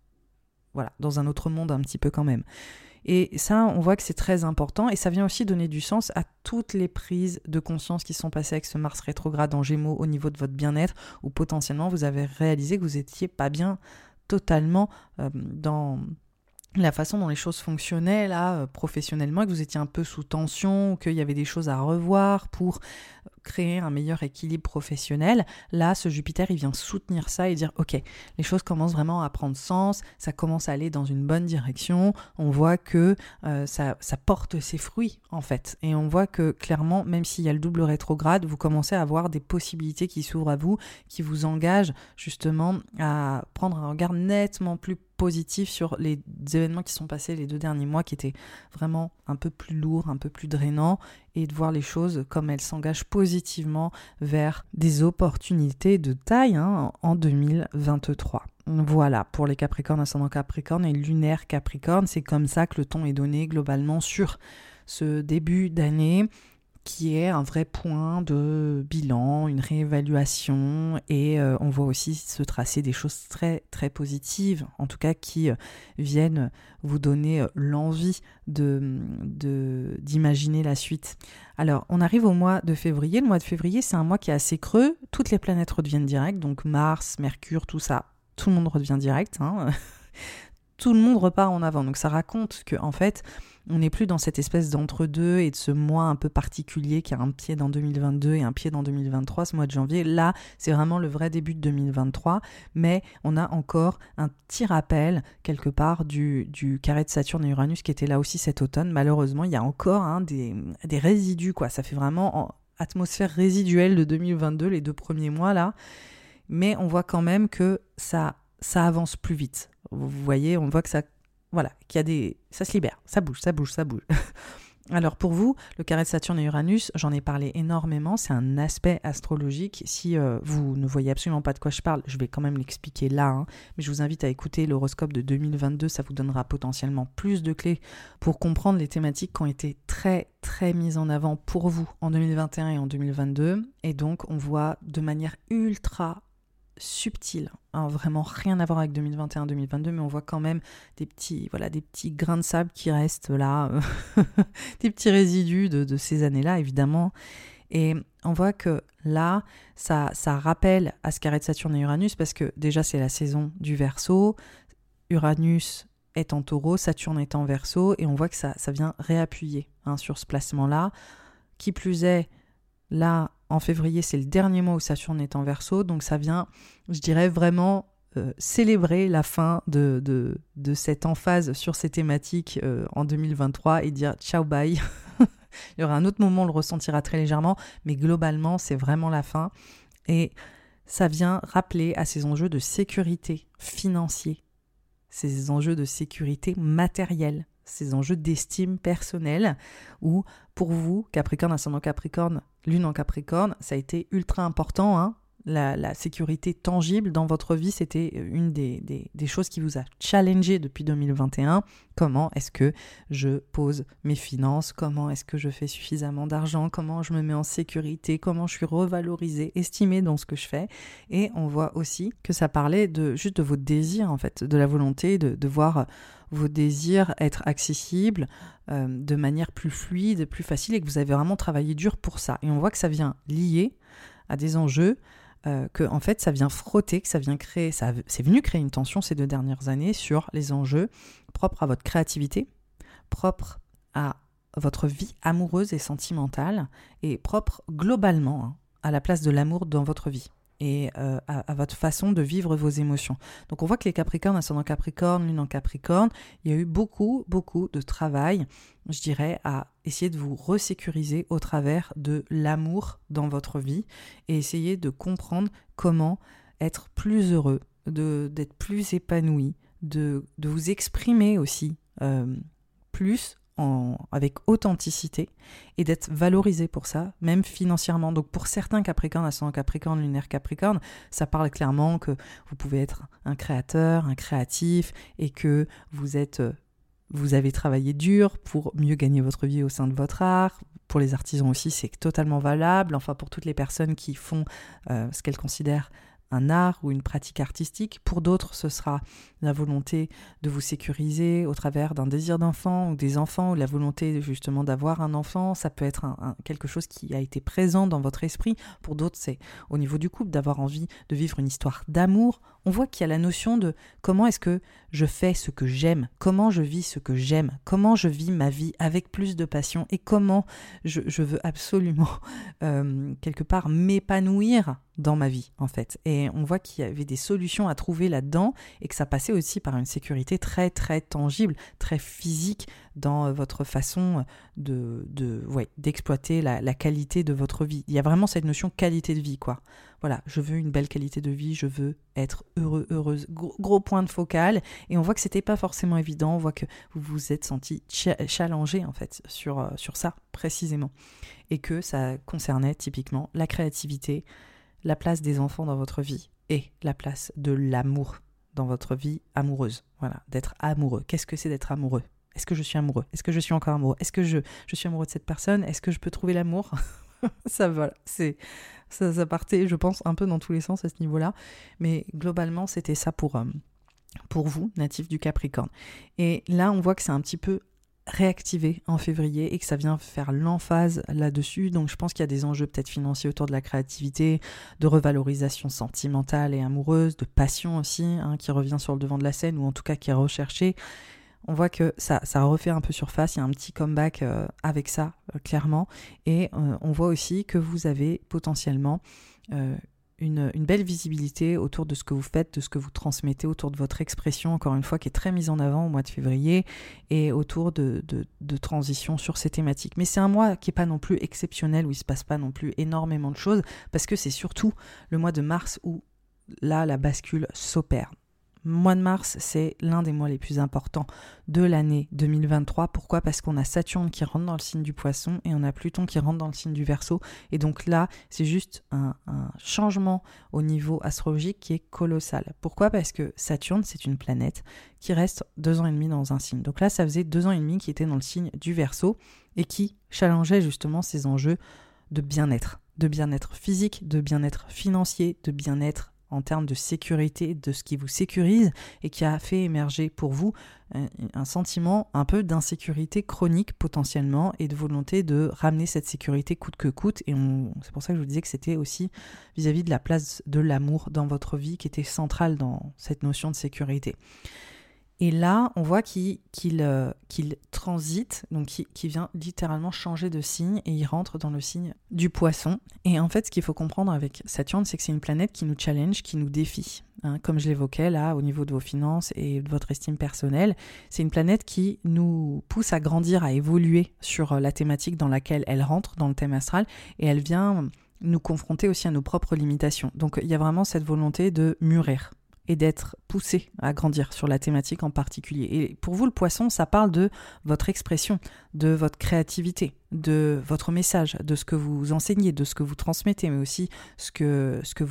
monde un petit peu quand même ». Et ça, on voit que c'est très important et ça vient aussi donner du sens à toutes les prises de conscience qui sont passées avec ce Mars rétrograde en Gémeaux au niveau de votre bien-être, où potentiellement vous avez réalisé que vous n'étiez pas bien totalement dans la façon dont les choses fonctionnaient là professionnellement, et que vous étiez un peu sous tension, qu'il y avait des choses à revoir pour créer un meilleur équilibre professionnel. Là, ce Jupiter, il vient soutenir ça et dire ok, les choses commencent vraiment à prendre sens, ça commence à aller dans une bonne direction, on voit que ça porte ses fruits en fait, et on voit que clairement, même s'il y a le double rétrograde, vous commencez à avoir des possibilités qui s'ouvrent à vous, qui vous engagent justement à prendre un regard nettement plus positif sur les événements qui sont passés les 2 derniers mois, qui étaient vraiment un peu plus lourds, un peu plus drainants, et de voir les choses comme elles s'engagent positivement vers des opportunités de taille en 2023. Voilà, pour les Capricornes, ascendant Capricorne et lunaire Capricorne, c'est comme ça que le ton est donné globalement sur ce début d'année, qui est un vrai point de bilan, une réévaluation, et on voit aussi se tracer des choses très très positives, en tout cas qui viennent vous donner l'envie d'imaginer la suite. Alors, on arrive au mois de février. Le mois de février, c'est un mois qui est assez creux, toutes les planètes redeviennent directes, donc Mars, Mercure, tout ça, tout le monde redevient direct, tout le monde repart en avant. Donc ça raconte que en fait, on n'est plus dans cette espèce d'entre-deux et de ce mois un peu particulier qui a un pied dans 2022 et un pied dans 2023, ce mois de janvier. Là, c'est vraiment le vrai début de 2023, mais on a encore un petit rappel quelque part du carré de Saturne et Uranus qui était là aussi cet automne. Malheureusement, il y a encore des résidus, quoi. Ça fait vraiment atmosphère résiduelle de 2022, les 2 premiers mois là. Mais on voit quand même que ça avance plus vite. Vous voyez, on voit que ça se libère, ça bouge. Alors pour vous, le carré de Saturne et Uranus, j'en ai parlé énormément, c'est un aspect astrologique. Si vous ne voyez absolument pas de quoi je parle, je vais quand même l'expliquer là, mais je vous invite à écouter l'horoscope de 2022, ça vous donnera potentiellement plus de clés pour comprendre les thématiques qui ont été très très mises en avant pour vous en 2021 et en 2022. Et donc on voit de manière ultra subtil, vraiment rien à voir avec 2021-2022, mais on voit quand même des petits grains de sable qui restent là, des petits résidus de ces années-là, évidemment. Et on voit que là, ça rappelle Ascarète, Saturne et Uranus, parce que déjà, c'est la saison du Verseau. Uranus est en Taureau, Saturne est en Verseau, et on voit que ça vient réappuyer sur ce placement-là. Qui plus est, là, en février, c'est le dernier mois où Saturne est en Verseau, donc ça vient, je dirais, vraiment célébrer la fin de cette emphase sur ces thématiques en 2023 et dire ciao, bye. Il y aura un autre moment, on le ressentira très légèrement, mais globalement, c'est vraiment la fin. Et ça vient rappeler à ces enjeux de sécurité financière, ces enjeux de sécurité matérielle, ces enjeux d'estime personnelle, où pour vous, Capricorne, ascendant Capricorne, Lune en Capricorne, ça a été ultra important, La sécurité tangible dans votre vie, c'était une des choses qui vous a challengé depuis 2021. Comment est-ce que je pose mes finances? Comment est-ce que je fais suffisamment d'argent? Comment je me mets en sécurité? Comment je suis revalorisée, estimée dans ce que je fais? Et on voit aussi que ça parlait juste de vos désirs, en fait, de la volonté de voir vos désirs être accessibles de manière plus fluide, plus facile, et que vous avez vraiment travaillé dur pour ça. Et on voit que ça vient lier à des enjeux que en fait ça vient frotter, que ça vient créer, c'est venu créer une tension ces 2 dernières années sur les enjeux propres à votre créativité, propres à votre vie amoureuse et sentimentale, et propres globalement à la place de l'amour dans votre vie et à votre façon de vivre vos émotions. Donc on voit que les Capricornes, ascendant Capricorne, Lune en Capricorne, il y a eu beaucoup de travail, je dirais, à essayer de vous resécuriser au travers de l'amour dans votre vie et essayer de comprendre comment être plus heureux, d'être plus épanoui, de vous exprimer aussi plus avec authenticité et d'être valorisé pour ça, même financièrement. Donc pour certains Capricornes, ascendant Capricorne, lunaire Capricorne, ça parle clairement que vous pouvez être un créateur, un créatif, et que vous avez travaillé dur pour mieux gagner votre vie au sein de votre art. Pour les artisans aussi, c'est totalement valable. Enfin, pour toutes les personnes qui font ce qu'elles considèrent un art ou une pratique artistique. Pour d'autres, ce sera la volonté de vous sécuriser au travers d'un désir d'enfant ou des enfants, ou la volonté justement d'avoir un enfant. Ça peut être quelque chose qui a été présent dans votre esprit. Pour d'autres, c'est au niveau du couple, d'avoir envie de vivre une histoire d'amour. On voit qu'il y a la notion de comment est-ce que je fais ce que j'aime, comment je vis ce que j'aime, comment je vis ma vie avec plus de passion, et comment je veux absolument quelque part m'épanouir dans ma vie, en fait. Et on voit qu'il y avait des solutions à trouver là-dedans, et que ça passait aussi par une sécurité très très tangible, très physique dans votre façon d'exploiter la qualité de votre vie. Il y a vraiment cette notion qualité de vie, quoi. Voilà, je veux une belle qualité de vie, je veux être heureux, heureuse, gros point de focal. Et on voit que c'était pas forcément évident, on voit que vous vous êtes senti challengé, en fait, sur ça, précisément. Et que ça concernait typiquement la créativité, la place des enfants dans votre vie et la place de l'amour dans votre vie amoureuse. Voilà, d'être amoureux. Qu'est-ce que c'est d'être amoureux? Est-ce que je suis amoureux? Est-ce que je suis encore amoureux? Est-ce que je suis amoureux de cette personne? Est-ce que je peux trouver l'amour? Voilà, ça partait, je pense, un peu dans tous les sens à ce niveau-là. Mais globalement, c'était ça pour vous, natifs du Capricorne. Et là, on voit que c'est un petit peu réactivé en février et que ça vient faire l'emphase là-dessus. Donc je pense qu'il y a des enjeux peut-être financiers autour de la créativité, de revalorisation sentimentale et amoureuse, de passion aussi, qui revient sur le devant de la scène, ou en tout cas qui est recherché. On voit que ça refait un peu surface, il y a un petit comeback avec ça, clairement. Et on voit aussi que vous avez potentiellement une belle visibilité autour de ce que vous faites, de ce que vous transmettez, autour de votre expression, encore une fois, qui est très mise en avant au mois de février, et autour de transition sur ces thématiques. Mais c'est un mois qui n'est pas non plus exceptionnel, où il ne se passe pas non plus énormément de choses, parce que c'est surtout le mois de mars où là, la bascule s'opère. Le mois de mars, c'est l'un des mois les plus importants de l'année 2023. Pourquoi ? Parce qu'on a Saturne qui rentre dans le signe du Poisson et on a Pluton qui rentre dans le signe du Verseau. Et donc là, c'est juste un changement au niveau astrologique qui est colossal. Pourquoi ? Parce que Saturne, c'est une planète qui reste 2 ans et demi dans un signe. Donc là, ça faisait 2 ans et demi qui était dans le signe du Verseau et qui challengeait justement ces enjeux de bien-être physique, de bien-être financier, de bien-être en termes de sécurité, de ce qui vous sécurise et qui a fait émerger pour vous un sentiment un peu d'insécurité chronique potentiellement et de volonté de ramener cette sécurité coûte que coûte. Et c'est pour ça que je vous disais que c'était aussi vis-à-vis de la place de l'amour dans votre vie qui était centrale dans cette notion de sécurité. Et là, on voit qu'il transite, donc qu'il vient littéralement changer de signe et il rentre dans le signe du poisson. Et en fait, ce qu'il faut comprendre avec Saturne, c'est que c'est une planète qui nous challenge, qui nous défie. Comme je l'évoquais là, au niveau de vos finances et de votre estime personnelle, c'est une planète qui nous pousse à grandir, à évoluer sur la thématique dans laquelle elle rentre, dans le thème astral, et elle vient nous confronter aussi à nos propres limitations. Donc il y a vraiment cette volonté de mûrir et d'être poussé à grandir sur la thématique en particulier. Et pour vous, le poisson, ça parle de votre expression, de votre créativité, de votre message, de ce que vous enseignez, de ce que vous transmettez, mais aussi ce que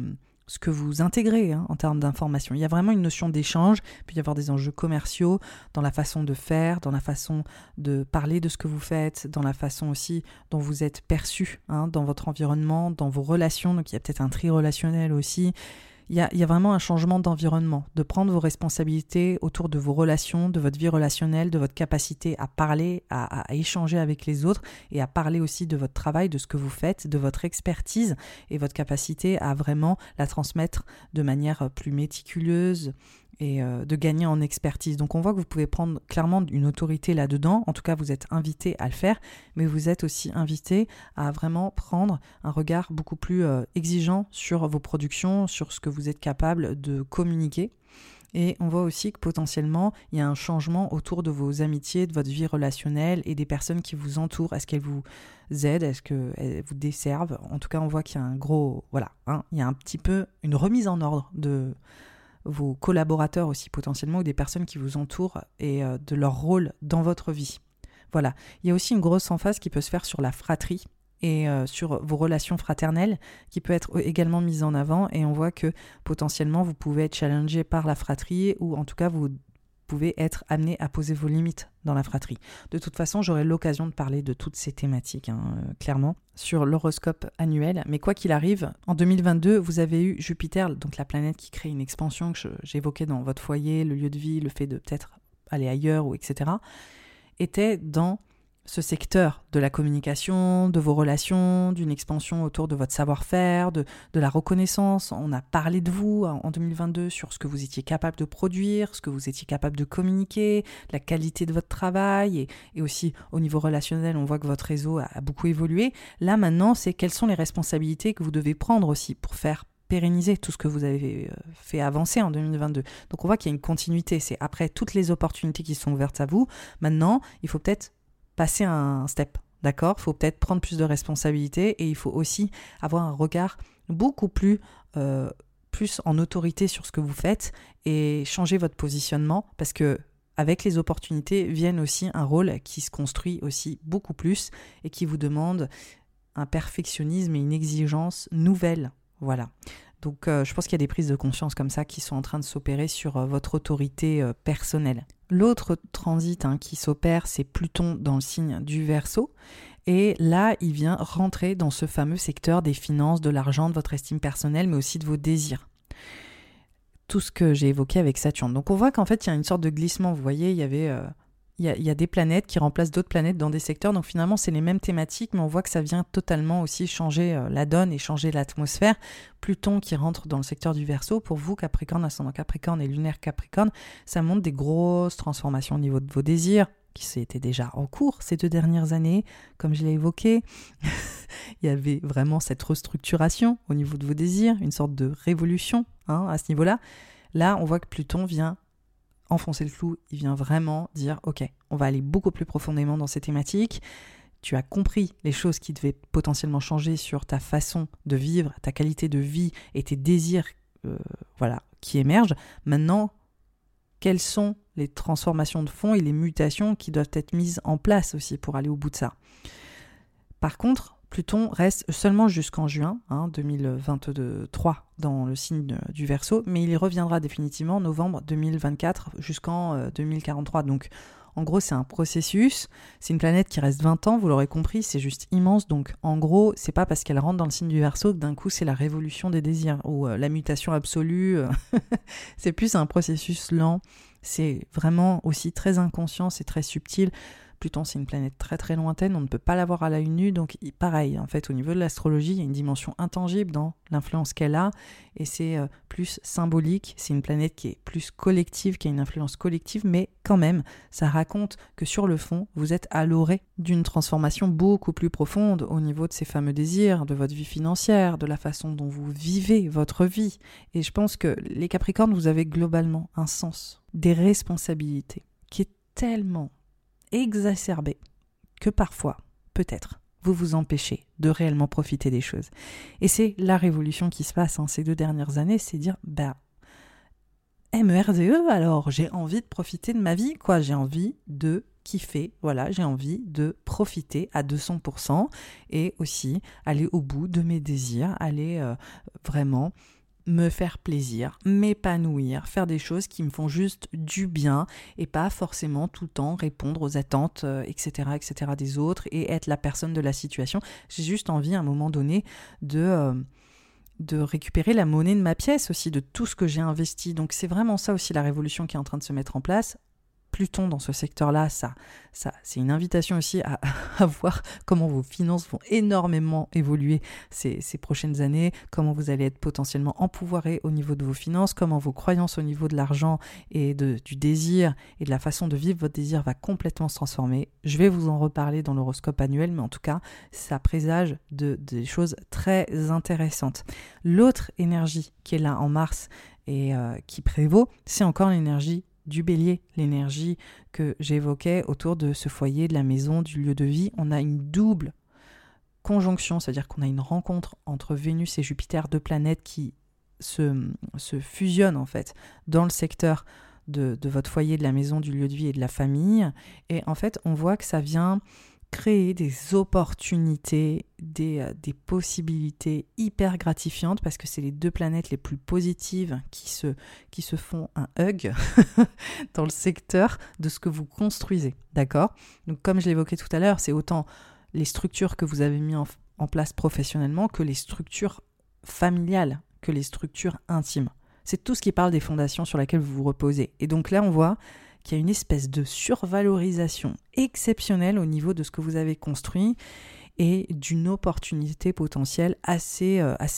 vous intégrez en termes d'information. Il y a vraiment une notion d'échange, il peut y avoir des enjeux commerciaux dans la façon de faire, dans la façon de parler de ce que vous faites, dans la façon aussi dont vous êtes perçu dans votre environnement, dans vos relations. Donc il y a peut-être un tri relationnel aussi. Il y a vraiment un changement d'environnement, de prendre vos responsabilités autour de vos relations, de votre vie relationnelle, de votre capacité à parler, à échanger avec les autres et à parler aussi de votre travail, de ce que vous faites, de votre expertise et votre capacité à vraiment la transmettre de manière plus méticuleuse et de gagner en expertise. Donc on voit que vous pouvez prendre clairement une autorité là-dedans, en tout cas vous êtes invité à le faire, mais vous êtes aussi invité à vraiment prendre un regard beaucoup plus exigeant sur vos productions, sur ce que vous êtes capable de communiquer. Et on voit aussi que potentiellement, il y a un changement autour de vos amitiés, de votre vie relationnelle et des personnes qui vous entourent. Est-ce qu'elles vous aident? Est-ce qu'elles vous desservent? En tout cas, on voit qu'il y a un gros... Voilà, il y a un petit peu une remise en ordre de vos collaborateurs aussi potentiellement ou des personnes qui vous entourent et de leur rôle dans votre vie. Voilà. Il y a aussi une grosse emphase qui peut se faire sur la fratrie et sur vos relations fraternelles qui peut être également mise en avant et on voit que potentiellement vous pouvez être challengé par la fratrie ou en tout cas vous pouvez être amené à poser vos limites dans la fratrie. De toute façon, j'aurai l'occasion de parler de toutes ces thématiques, clairement, sur l'horoscope annuel. Mais quoi qu'il arrive, en 2022, vous avez eu Jupiter, donc la planète qui crée une expansion que j'évoquais dans votre foyer, le lieu de vie, le fait de peut-être aller ailleurs, ou etc., était dans ce secteur de la communication, de vos relations, d'une expansion autour de votre savoir-faire, de la reconnaissance. On a parlé de vous en 2022 sur ce que vous étiez capable de produire, ce que vous étiez capable de communiquer, la qualité de votre travail et aussi au niveau relationnel, on voit que votre réseau a beaucoup évolué. Là maintenant, c'est quelles sont les responsabilités que vous devez prendre aussi pour faire pérenniser tout ce que vous avez fait avancer en 2022. Donc on voit qu'il y a une continuité. C'est après toutes les opportunités qui sont ouvertes à vous. Maintenant, il faut peut-être passer un step, d'accord ? Il faut peut-être prendre plus de responsabilités et il faut aussi avoir un regard beaucoup plus en autorité sur ce que vous faites et changer votre positionnement parce que avec les opportunités viennent aussi un rôle qui se construit aussi beaucoup plus et qui vous demande un perfectionnisme et une exigence nouvelle. Voilà. Donc je pense qu'il y a des prises de conscience comme ça qui sont en train de s'opérer sur votre autorité personnelle. L'autre transit qui s'opère, c'est Pluton dans le signe du Verseau. Et là, il vient rentrer dans ce fameux secteur des finances, de l'argent, de votre estime personnelle, mais aussi de vos désirs. Tout ce que j'ai évoqué avec Saturne. Donc on voit qu'en fait, il y a une sorte de glissement. Vous voyez, il y a des planètes qui remplacent d'autres planètes dans des secteurs. Donc finalement, c'est les mêmes thématiques, mais on voit que ça vient totalement aussi changer la donne et changer l'atmosphère. Pluton qui rentre dans le secteur du Verseau, pour vous, Capricorne, ascendant Capricorne et lunaire Capricorne, ça montre des grosses transformations au niveau de vos désirs, qui étaient déjà en cours ces 2 dernières années, comme je l'ai évoqué. Il y avait vraiment cette restructuration au niveau de vos désirs, une sorte de révolution à ce niveau-là. Là, on voit que Pluton vient enfoncer le clou, il vient vraiment dire « Ok, on va aller beaucoup plus profondément dans ces thématiques. Tu as compris les choses qui devaient potentiellement changer sur ta façon de vivre, ta qualité de vie et tes désirs qui émergent. Maintenant, quelles sont les transformations de fond et les mutations qui doivent être mises en place aussi pour aller au bout de ça ?» Par contre, Pluton reste seulement jusqu'en juin 2023 dans le signe du Verseau, mais il y reviendra définitivement en novembre 2024 jusqu'en 2043. Donc En gros, c'est un processus, c'est une planète qui reste 20 ans, vous l'aurez compris, c'est juste immense. Donc en gros, c'est pas parce qu'elle rentre dans le signe du Verseau que d'un coup c'est la révolution des désirs ou la mutation absolue. C'est plus un processus lent, c'est vraiment aussi très inconscient, c'est très subtil. Pluton, c'est une planète très très lointaine, on ne peut pas la voir à l'œil nu, donc pareil, en fait, au niveau de l'astrologie, il y a une dimension intangible dans l'influence qu'elle a, et c'est plus symbolique, c'est une planète qui est plus collective, qui a une influence collective, mais quand même, ça raconte que sur le fond, vous êtes à l'orée d'une transformation beaucoup plus profonde au niveau de ces fameux désirs, de votre vie financière, de la façon dont vous vivez votre vie. Et je pense que les Capricornes, vous avez globalement un sens des responsabilités qui est tellement exacerbé que parfois, peut-être, vous vous empêchez de réellement profiter des choses. Et c'est la révolution qui se passe ces 2 dernières années, c'est dire, MERDE, alors j'ai envie de profiter de ma vie, quoi, j'ai envie de kiffer, voilà, j'ai envie de profiter à 200% et aussi aller au bout de mes désirs, aller vraiment me faire plaisir, m'épanouir, faire des choses qui me font juste du bien et pas forcément tout le temps répondre aux attentes, etc., des autres et être la personne de la situation. J'ai juste envie à un moment donné de récupérer la monnaie de ma pièce aussi, de tout ce que j'ai investi. Donc c'est vraiment ça aussi la révolution qui est en train de se mettre en place. Pluton dans ce secteur-là, ça c'est une invitation aussi à voir comment vos finances vont énormément évoluer ces prochaines années, comment vous allez être potentiellement empouvoiré au niveau de vos finances, comment vos croyances au niveau de l'argent et du désir et de la façon de vivre votre désir va complètement se transformer. Je vais vous en reparler dans l'horoscope annuel, mais en tout cas, ça présage des choses très intéressantes. L'autre énergie qui est là en mars et qui prévaut, c'est encore l'énergie du bélier, l'énergie que j'évoquais autour de ce foyer, de la maison, du lieu de vie. On a une double conjonction, c'est-à-dire qu'on a une rencontre entre Vénus et Jupiter, 2 planètes qui se fusionnent en fait dans le secteur de votre foyer, de la maison, du lieu de vie et de la famille. Et en fait, on voit que ça vient créer des opportunités, des possibilités hyper gratifiantes parce que c'est les 2 planètes les plus positives qui se font un hug dans le secteur de ce que vous construisez, d'accord ? Donc comme je l'évoquais tout à l'heure, c'est autant les structures que vous avez mis en place professionnellement que les structures familiales, que les structures intimes. C'est tout ce qui parle des fondations sur lesquelles vous vous reposez. Et donc là, on voit qu'il y a une espèce de survalorisation exceptionnelle au niveau de ce que vous avez construit et d'une opportunité potentielle assez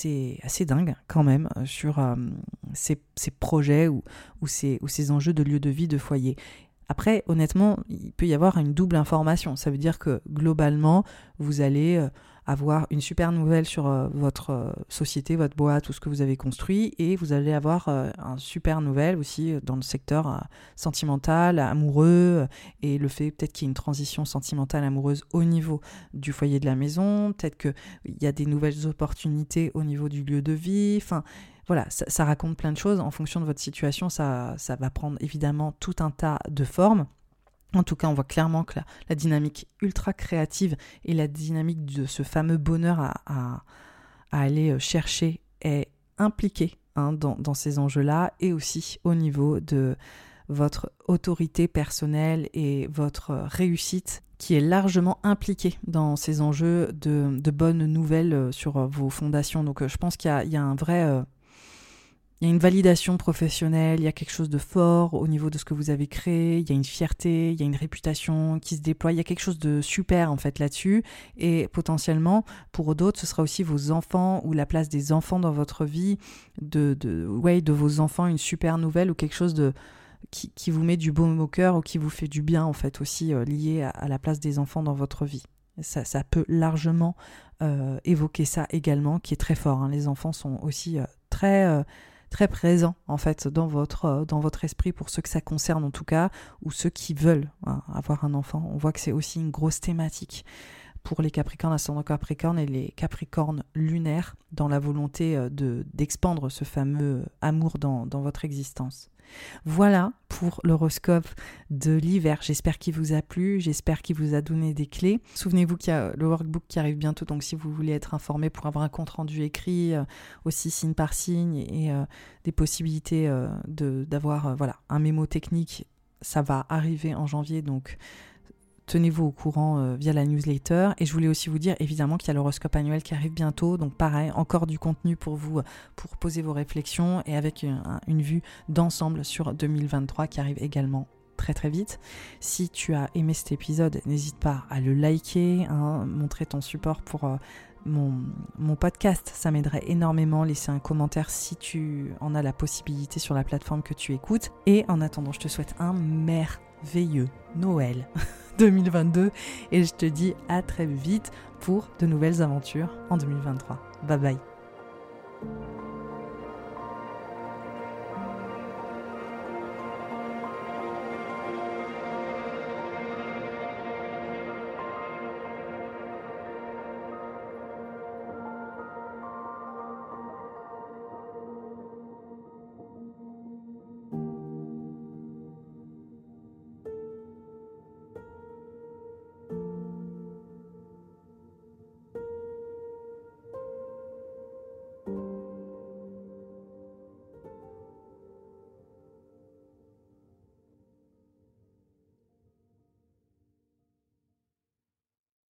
dingue quand même sur ces projets ou ces enjeux de lieu de vie, de foyer. Après, honnêtement, il peut y avoir une double information. Ça veut dire que globalement, vous allez avoir une super nouvelle sur votre société, votre boîte, tout ce que vous avez construit, et vous allez avoir un super nouvelle aussi dans le secteur sentimental, amoureux, et le fait peut-être qu'il y ait une transition sentimentale, amoureuse au niveau du foyer de la maison, peut-être qu'il y a des nouvelles opportunités au niveau du lieu de vie, enfin voilà, ça raconte plein de choses. En fonction de votre situation, ça va prendre évidemment tout un tas de formes. En tout cas, on voit clairement que la dynamique ultra créative et la dynamique de ce fameux bonheur à aller chercher est impliquée dans ces enjeux-là et aussi au niveau de votre autorité personnelle et votre réussite qui est largement impliquée dans ces enjeux de bonnes nouvelles sur vos fondations. Donc je pense qu'il y a un vrai... Il y a une validation professionnelle, il y a quelque chose de fort au niveau de ce que vous avez créé, il y a une fierté, il y a une réputation qui se déploie, il y a quelque chose de super en fait là-dessus et potentiellement pour d'autres ce sera aussi vos enfants ou la place des enfants dans votre vie, de vos enfants, une super nouvelle ou quelque chose qui vous met du baume au cœur ou qui vous fait du bien en fait aussi lié à la place des enfants dans votre vie. Ça peut largement évoquer ça également qui est très fort. Les enfants sont aussi très présent en fait dans votre esprit pour ceux que ça concerne en tout cas ou ceux qui veulent avoir un enfant. On voit que c'est aussi une grosse thématique pour les Capricornes, ascendant Capricorne et les Capricornes lunaires dans la volonté d'expandre ce fameux amour dans votre existence. Voilà pour l'horoscope de l'hiver. J'espère qu'il vous a plu, j'espère qu'il vous a donné des clés. Souvenez-vous qu'il y a le workbook qui arrive bientôt, donc si vous voulez être informé pour avoir un compte-rendu écrit, aussi signe par signe et des possibilités d'avoir un mémo technique, ça va arriver en janvier, donc tenez-vous au courant via la newsletter. Et je voulais aussi vous dire évidemment qu'il y a l'horoscope annuel qui arrive bientôt, donc pareil, encore du contenu pour vous, pour poser vos réflexions et avec une vue d'ensemble sur 2023 qui arrive également très très vite. Si tu as aimé cet épisode, n'hésite pas à le liker, montrer ton support pour mon podcast, ça m'aiderait énormément. Laisser un commentaire si tu en as la possibilité sur la plateforme que tu écoutes. Et en attendant, je te souhaite un merveilleux Noël 2022 et je te dis à très vite pour de nouvelles aventures en 2023. Bye bye.